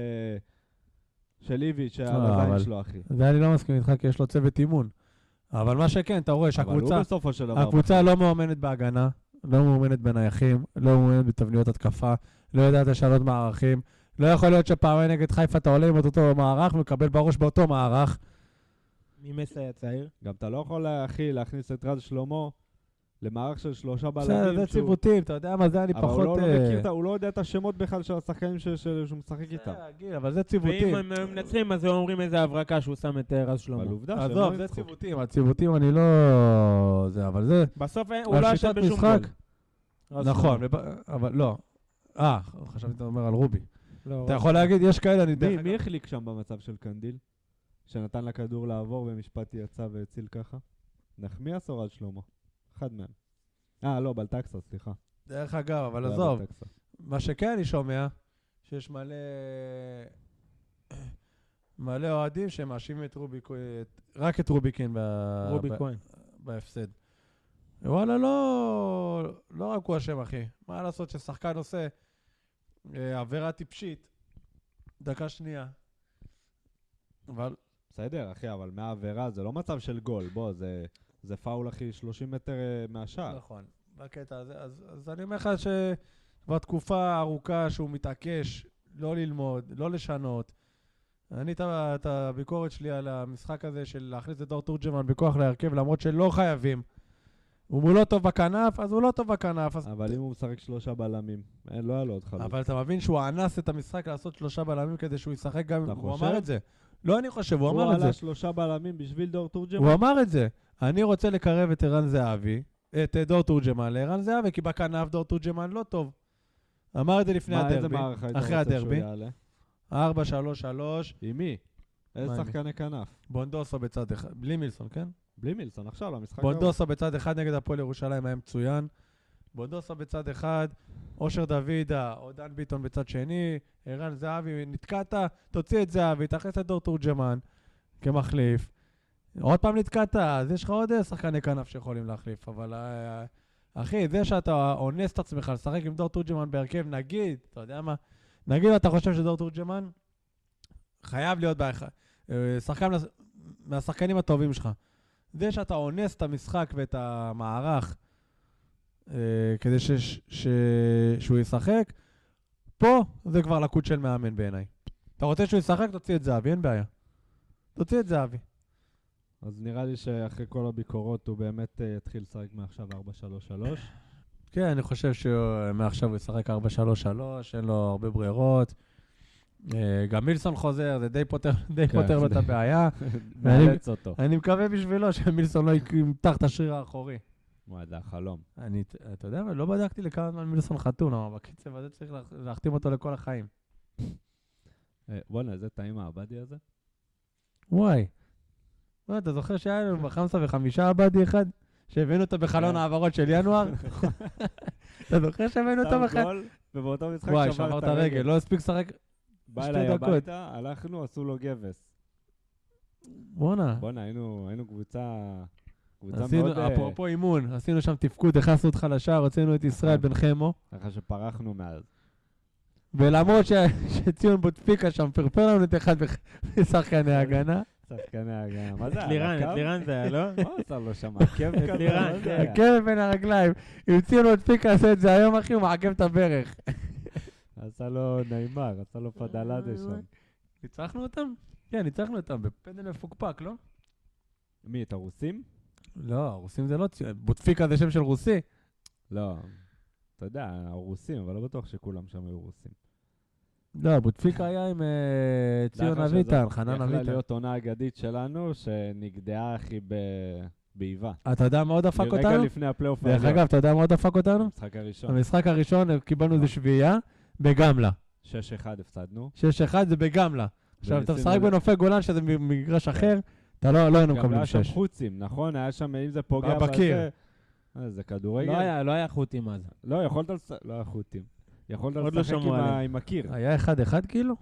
איביץ' על אבל- הזין שלו, אחי. זה אני לא מסכים איתך, כי יש לו צוות אימון. אבל מה שכן, אתה רואה אבל הוא שהקבוצה... בסופו של דבר... הקבוצה לא מאומנת בהגנה, לא מאומנת בנייחים, לא מאומנת בתבניות התקפה, לא יודעת לשנות מערכים. לא יכול להיות שפעמיים נגד חיפה אתה עולה עם אותו מערך ומקבל בראש באותו מערך. ממסע הצעיר. גם אתה לא יכול, אחי, להכניס את רז שלמה למערך של 3 בלמים. בסדר, זה שהוא- ציוותים, אתה יודע מה זה, אני אבל פחות... הוא לא מכיר, הוא לא יודע את השמות בכלל של השחקנים שהוא משחק איתם. בסדר, גיל, אבל זה ציוותים. ואם הם מנצחים, אז הם אומרים איזה הברקה שהוא שם את רז שלמה. אבל עובדה שהם עזוב, לא זה ניצחו. ציוותים, הציוותים אני לא... זה, אבל זה... בסוף הוא על לא שיטת אשם בשום משחק. גול. רז נכון, שלמה. אבל לא. חשבתי אתה אומר על רובי. לא, אתה רז יכול להגיד, יש כאלה, אני דרך מי אגב... החליק שם במצב של קנדיל? שנתן לכדור לעבור ומשפטי יצא והציל ככה? נחמיאס או רז שלמה? אחד מהם. לא, בלטקסה, סליחה. דרך אגב, אבל זה היה עזוב. בלטקסה. מה שכן אני שומע, שיש מלא אוהדים שמאשימים את רק את רוביקין רובי כהן. בהפסד. וואלה, לא רק הוא אשם, אחי. מה לעשות ששחקן עושה עבירה טיפשית, דקה שנייה. אבל... בסדר, אחי, אבל מהעבירה זה לא מצב של גול. בוא, זה פאול, אחי, 30 מטר מהשער. נכון. בקטע הזה, אז אני אומר לך שכבר תקופה ארוכה שהוא מתעקש לא ללמוד, לא לשנות. אני את הביקורת שלי על המשחק הזה של להכניס את דור תורג'מן בכוח להרכב, למרות שלא חייבים. אם הוא לא טוב בכנף, אז הוא לא טוב בכנף. אבל אם הוא משחק 3 בלמים, לא היה לו עוד חלוץ. אבל אתה מבין שהוא אנס את המשחק לעשות 3 בלמים כדי שהוא ישחק גם... אתה הוא חושב? אמר את זה. לא אני חושב, הוא אמר את הוא זה. עלה 3 בלמים בשביל דור תורג'מן. הוא אמר את זה. אני רוצה לקרב את ערן זהבי, את דור תורג'מן לערן זהבי, כי בכנף דור תורג'מן לא טוב. אמר את זה לפני מה, איזה הדרבי, מערך היית אחרי רוצה שהוא הדרבי. יעלה? 4-3-3, עם מי? איזה מה עם שחקני כנף? בונדוסו בצד אחד, בלי מילסון, כן? בלי מילסון, עכשיו למשחק ההוא. בונדוסו בצד אחד נגד הפועל ירושלים היה מצוין. בונדוסו בצד אחד, אושר דוידה, עודן ביטון בצד שני, ערן זהבי, נתקעת, תוציא את זהבי, תכניס את דור תורג'מן כמחליף. עוד פעם נתקעת, אז יש לך עוד שחקני כנף שיכולים להחליף, אבל אחי, זה שאתה אונס את עצמך לשחק עם דור תורג'מן בהרכב, נגיד, אתה יודע מה? נגיד אתה חושב שדור תורג'מן חייב להיות שחקן מהשחקנים הטובים שלך. זה שאתה אונס את המשחק ואת המערך כדי שהוא ישחק, פה זה כבר לקות של מאמן בעיניי. אתה רוצה שהוא ישחק, תוציא את זהבי, אין בעיה. תוציא את זהבי. אז נראה לי שאחרי כל הביקורות הוא באמת יתחיל לשחק מעכשיו 4-3-3. כן, אני חושב שמעכשיו הוא ישחק 4-3-3, אין לו הרבה ברירות. גם מילסון חוזר, זה די פותר לו את הבעיה. מאלץ אותו. אני מקווה בשבילו שמילסון לא ימתח את השריר האחורי. וואי, זה החלום. אתה יודע, לא בדקתי לכמה זמן מילסון חתום, אבל בקצב הזה צריך להחתים אותו לכל החיים. בוא'נה, איזה טעים העבדי הזה? וואי. אתה זוכר שהיה לנו ב-5 עבדי אחד? שהבאנו אותו בחלון העברות של ינואר? אתה זוכר שהבאנו אותו שם גול, ובאותו משחק וואי, שבר את הרגל, לא הספיק לשחק בא 2 אליי דקות. הביתה, הלכנו, עשו לו גבס. בואנה. בוא'נה, היינו קבוצה מאוד... אפרופו אימון, עשינו שם תפקוד, הכנסנו אותך לשער, הוצאנו את ישראל בן חמו, ככה שפרחנו מאז. ולמרות שציון בוטפיקה שם פרפר לנו את אחד בשחקני ההגנה, שחקני ההגנה. מה זה? את לירן זה היה, לא? מה עשה לו שם? עקב כזה? לירן, מה זה כן. היה? עקב בין הרגליים. המציאו לו את פיקה, עשה את זה היום, אחי, הוא מעקב את הברך. עשה לו נעימר, עשה לו פדלדה שם. ניצחנו אותם? כן, ניצחנו אותם בפנדל מפוקפק, לא? מי, את הרוסים? לא, הרוסים זה לא ציון. בוטפיקה זה שם של רוסי. לא. אתה יודע, הרוסים, אבל לא בטוח שכולם שם היו רוסים. לא, בוטפיקה היה עם ציון אביטן, חנן יכלה אביטן. להיות עונה אגדית שלנו, שנגדעה הכי באיבה. אתה יודע מה עוד דפק רגע אותנו? לפני הפלייאוף דרך אגב, אתה יודע מה עוד דפק אותנו? המשחק הראשון. במשחק הראשון קיבלנו איזה שביעייה בגמלה. 6-1 הפסדנו. 6-1 זה בגמלה. עכשיו, אתה וניסינו משחק בנופי גולן, שזה מגרש אחר, אתה לא היינו גם לא מקבלים היה שם 6. חוצים, נכון? היה שם, אם זה פוגע בקיר. זה כדורגל. לא היה חוטים אז. לא, יכולת לשחק, לא היה חוטים. יכולת עוד לא לשחק שמעו עליהם. עם הקיר. היה 1-1 כאילו?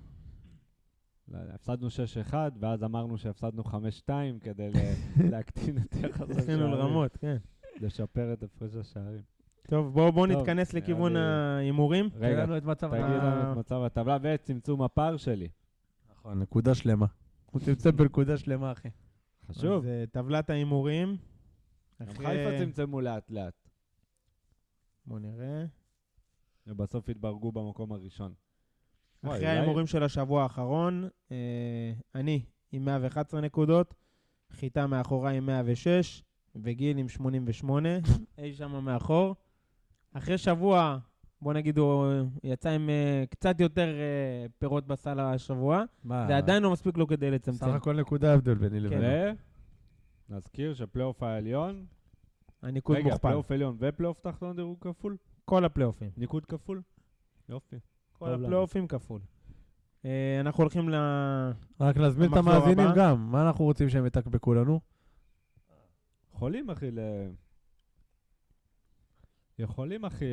לא יודע, הפסדנו 6-1, ואז אמרנו שהפסדנו 5-2 כדי להקטין את יחס עשינו השערים. לרמות, כן. לשפר את הפרש השערים. טוב, בואו טוב, נתכנס לכיוון נראה ההימורים. רגע, לנו את מצב תגיד לנו את מצב הטבלה וצמצום הפער שלי. נכון, נקודה שלמה. הוא צמצם בנקודה שלמה, אחי. חשוב. אז טבלת ההימורים. גם אחרי- חיפה צמצמו לאט לאט. בואו נראה. ובסוף התברגו במקום הראשון. וואי, אחרי אולי- ההימורים של השבוע האחרון, אני עם 111 נקודות, חיטה מאחוריי עם 106, וגיל עם 88, אי שם מאחור. אחרי שבוע, בוא נגיד, הוא יצא עם קצת יותר פירות בסל השבוע, זה עדיין לא מספיק לו כדי לצמצם. סך הכל נקודה הבדל ביני לבינו. ונזכיר שפלייאוף העליון, הניקוד רגע, מוכפל. פלייאוף עליון ופלייאוף תחתון דירוג כפול? כל הפלייאופים. ניקוד כפול? יופי. כל טוב לנו. הפלייאופים כפול. אנחנו הולכים רק להזמין את המחזור המאזינים הבא. גם. מה אנחנו רוצים שהם יתקבקו לנו? יכולים אחי יכולים אחי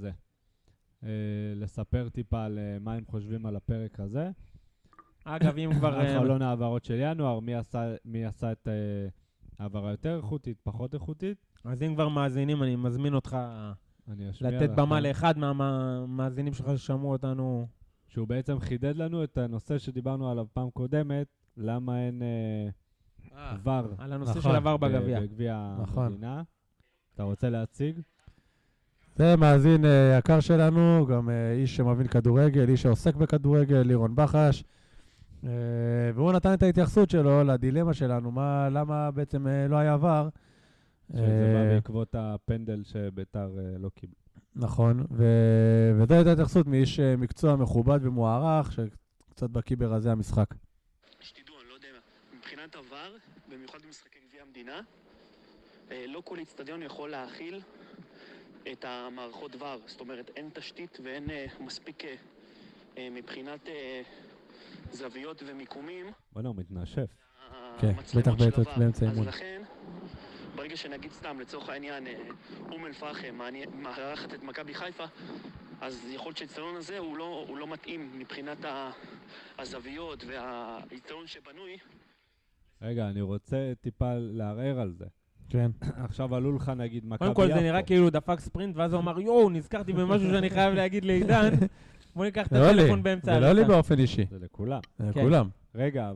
לספר טיפה על מה הם חושבים על הפרק הזה. אגב, אם כבר... חלון העברות של ינואר, מי עשה את העברה יותר איכותית, פחות איכותית. אז אם כבר מאזינים, אני מזמין אותך אני אשמיע לתת לך במה לאחד מהמאזינים שלך ששמעו אותנו. שהוא בעצם חידד לנו את הנושא שדיברנו עליו פעם קודמת, למה אין עבר על הנושא נכון. של עבר בגביע. בגביע נכון. המדינה. אתה רוצה להציג? זה מאזין יקר שלנו, גם איש שמבין כדורגל, איש שעוסק בכדורגל, לירון בחש. והוא נתן את ההתייחסות שלו לדילמה שלנו, למה בעצם לא היה עבר. שזה בא בעקבות הפנדל שביתר לא קיבל. נכון, וזו הייתה התייחסות מאיש מקצוע מכובד ומוערך, שקצת בקיא ברזי המשחק. שתדעו, אני לא יודע, מבחינת עבר, במיוחד במשחקי גביע המדינה, לא כל אצטדיון יכול להכיל את המערכות עבר. זאת אומרת, אין תשתית ואין מספיק מבחינת זוויות ומיקומים. בוא'נה, הוא מתנשף. כן, המצלמות בטח של עבר. באמצע אימון. אז לכן, ברגע שנגיד סתם, לצורך העניין, אום אל-פחם מארחת את מכבי חיפה, אז יכול להיות שהאצטדיון הזה הוא לא מתאים מבחינת הזוויות והאצטדיון שבנוי. רגע, אני רוצה טיפה לערער על זה. כן. עכשיו עלו לך נגיד מכבי קודם יפו. כל זה נראה כאילו הוא דפק ספרינט, ואז הוא אמר, יואו, נזכרתי במשהו שאני חייב להגיד לעידן. בוא ניקח את זה לא לי, הטלפון באמצע זה לא לי באופן אישי, זה לכולם. זה כן. כולם. רגע,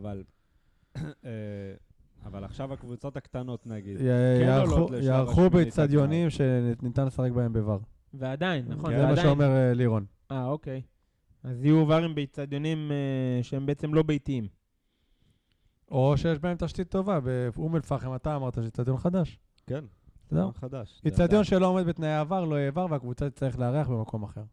אבל עכשיו הקבוצות הקטנות נגיד. יערכו השמינית באצטדיונים שניתן לשחק בהם בבר. ועדיין, נכון, זה זה מה עדיין. שאומר לירון. אוקיי. אז יהיו ברים באצטדיונים שהם בעצם לא ביתיים. או שיש בהם תשתית טובה. באום אל-פחם אתה אמרת שזה אצטדיון חדש. כן, זהו. חדש. אצטדיון שלא עומד בתנאי העבר, לא יעבר, והקבוצה תצטרך לארח במקום אחר.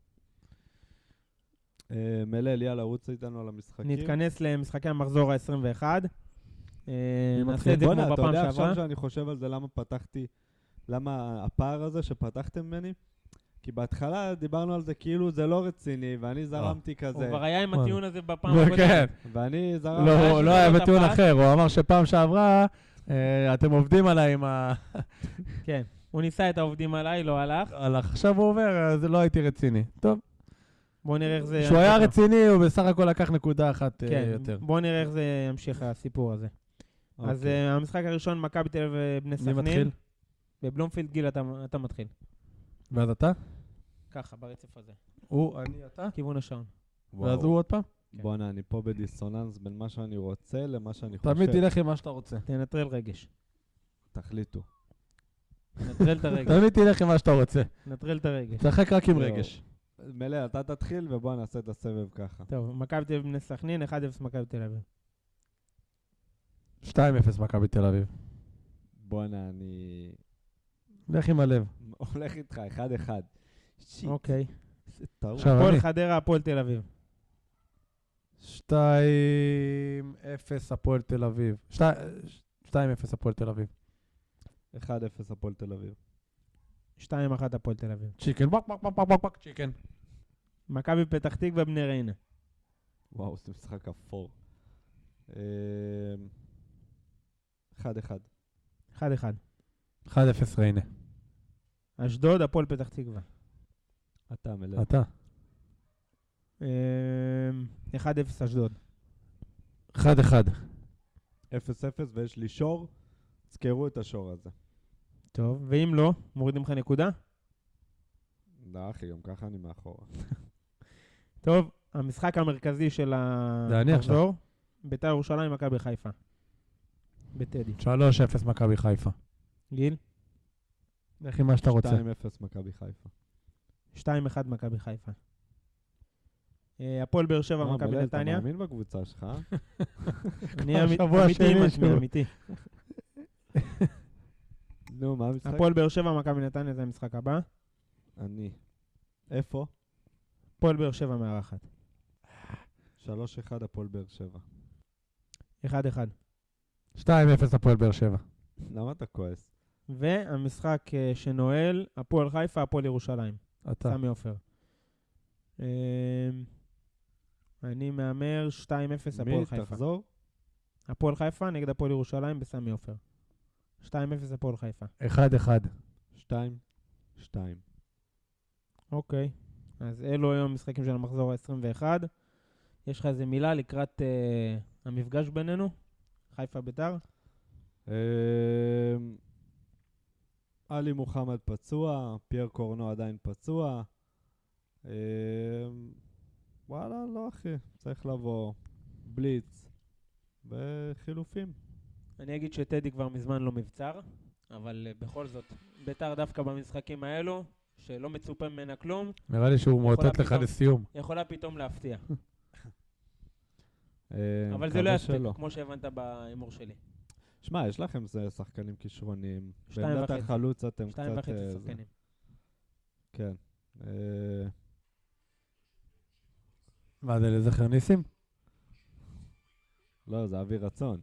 מלל, יאללה, רוץ איתנו על המשחקים. נתכנס למשחקי המחזור ה-21. נעשה מתחיל? את זה בוא'נה, כמו אתה בפעם יודע עכשיו שעברה. שאני חושב על זה למה הפער הזה שפתחתם ממני? כי בהתחלה דיברנו על זה כאילו זה לא רציני, ואני זרמתי הוא כזה. כבר היה עם וואלה. הטיעון הזה בפעם כן, הקודמת. ואני זרמתי. לא היה שזה בטיעון הפער. אחר, הוא אמר שפעם שעברה, אתם עובדים עליי עם ה... כן. הוא ניסה את העובדים עליי, לא הלך. עכשיו הוא עובר, אז לא הייתי רציני. טוב, בואו נראה איך זה... כשהוא היה ימשיך. רציני, הוא בסך הכל לקח נקודה אחת כן, יותר. בואו נראה איך זה ימשיך הסיפור הזה. אז אוקיי. המשחק הראשון, מכבי תל אביב בני מי סכנין. מתחיל? בבלומפילד, גיל, אתה מתחיל. ואז אתה? ככה, ברצף הזה. הוא, אני, אתה? כיוון השעון. ואז הוא עוד פעם? בואנה, אני פה בדיסוננס בין מה שאני רוצה למה שאני חושב. תמיד תלך עם מה שאתה רוצה. תנטרל רגש. תחליטו. נטרל את הרגש. תמיד תלך עם מה שאתה רוצה. נטרל את הרגש. תשחק רק עם זהו. רגש. מלא, אתה תתחיל ובוא נעשה את הסבב ככה. טוב, מכבי תל אביב בני סכנין, 1-0 מכבי תל אביב. 2-0 מכבי תל אביב. בואנה, אני לך עם הלב. הולך איתך, 1-1. שיט, אוקיי. זה טעות. עכשיו הפועל אני. חדרה, הפועל תל אביב. 2-0 הפועל תל אביב. 2-0 הפועל תל אביב. 1-0 הפועל תל אביב. 2-1 הפועל תל אביב. צ'יקן, בק בק בק בק בק צ'יקן. מכבי פתח תקווה בני ריינה. וואו, זה משחק אפור. 1-1. 1-1. 1-0 ריינה. אשדוד, הפועל פתח תקווה. אתה מלא. אתה. 1-0 אשדוד. 1-1. 0-0 ויש לי שור. זכרו את השור הזה. טוב, ואם לא, מורידים לך נקודה? לא, אחי, גם ככה אני מאחורה. טוב, המשחק המרכזי של זה אני עכשיו. המחזור, בית"ר ירושלים, מכבי חיפה. בטדי. 3-0 מכבי חיפה. גיל? לך עם מה שאתה רוצה. 2-0 מכבי חיפה. 2-1 מכבי חיפה. הפועל באר שבע, מכבי מלא, נתניה. אתה מאמין בקבוצה שלך? אני שבוע אמיתי שני עם שהוא. עצמי, אמיתי. נו, מה המשחק? הפועל באר שבע, מכבי נתניה, זה המשחק הבא. אני. איפה? הפועל באר שבע מארחת. 3-1 הפועל באר שבע. 1-1. 2-0 הפועל באר שבע. למה אתה כועס? והמשחק שנועל, הפועל חיפה, הפועל ירושלים. אתה. סמי עופר. אני מאמר 2-0 הפועל מי? חיפה. תחזור? הפועל חיפה נגד הפועל ירושלים בסמי עופר. 2-0 הפועל חיפה. 1-1. 2-2. אוקיי. אז אלו היום המשחקים של המחזור ה-21. יש לך איזה מילה לקראת המפגש בינינו? חיפה ביתר? עלי מוחמד פצוע, פייר קורנו עדיין פצוע. וואלה, לא אחי, צריך לבוא בליץ וחילופים. אני אגיד שטדי כבר מזמן לא מבצר, אבל בכל זאת, ביתר דווקא במשחקים האלו, שלא מצופה ממנה כלום, נראה לי שהוא מאותת לך פתאום. לסיום. יכולה פתאום להפתיע. אבל מקווה זה לא יספיק, שלא. כמו שהבנת בהימור שלי. שמע, יש לכם שחקנים כישרוניים. 2.5. בעמדת החלוץ אתם 2.5 קצת... שחקנים. כן. מה זה, לזכר ניסים? לא, זה אבי רצון.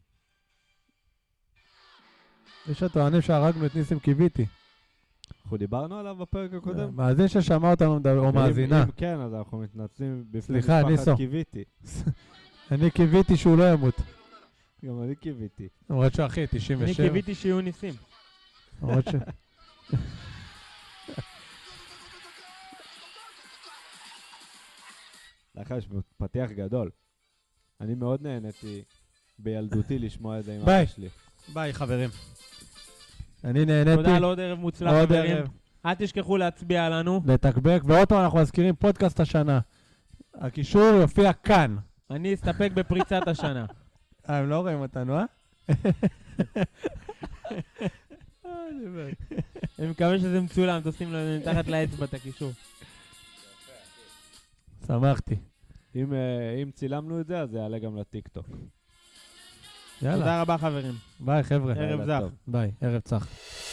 יש הטוענים שהרגנו את ניסים קיוויתי. אנחנו דיברנו עליו בפרק הקודם? מאזין ששמע אותנו מדבר, או מאזינה. אם כן, אז אנחנו מתנצלים בפני סליחה, משפחת ניסו. קיוויתי. אני קיוויתי שהוא לא ימות. גם אני קיוויתי. למרות שאחי, 97. אני קיוויתי שיהיו ניסים. למרות ש... לך יש פתיח גדול. אני מאוד נהניתי בילדותי לשמוע את זה עם ביי. אבא שלי. ביי חברים. אני נהניתי. תודה על עוד ערב מוצלח, עוד חברים. ערב. אל תשכחו להצביע לנו. לתקבק, ועוד פעם אנחנו מזכירים פודקאסט השנה. הקישור יופיע כאן. אני אסתפק בפריצת השנה. הם לא רואים אותנו, אה? אני מקווה שזה מצולם, תשים לו מתחת לאצבע את הקישור. שמחתי. אם צילמנו את זה, אז זה יעלה גם לטיק טוק. יאללה. תודה רבה חברים. ביי חבר'ה. ערב לילה זך. טוב. ביי, ערב צח.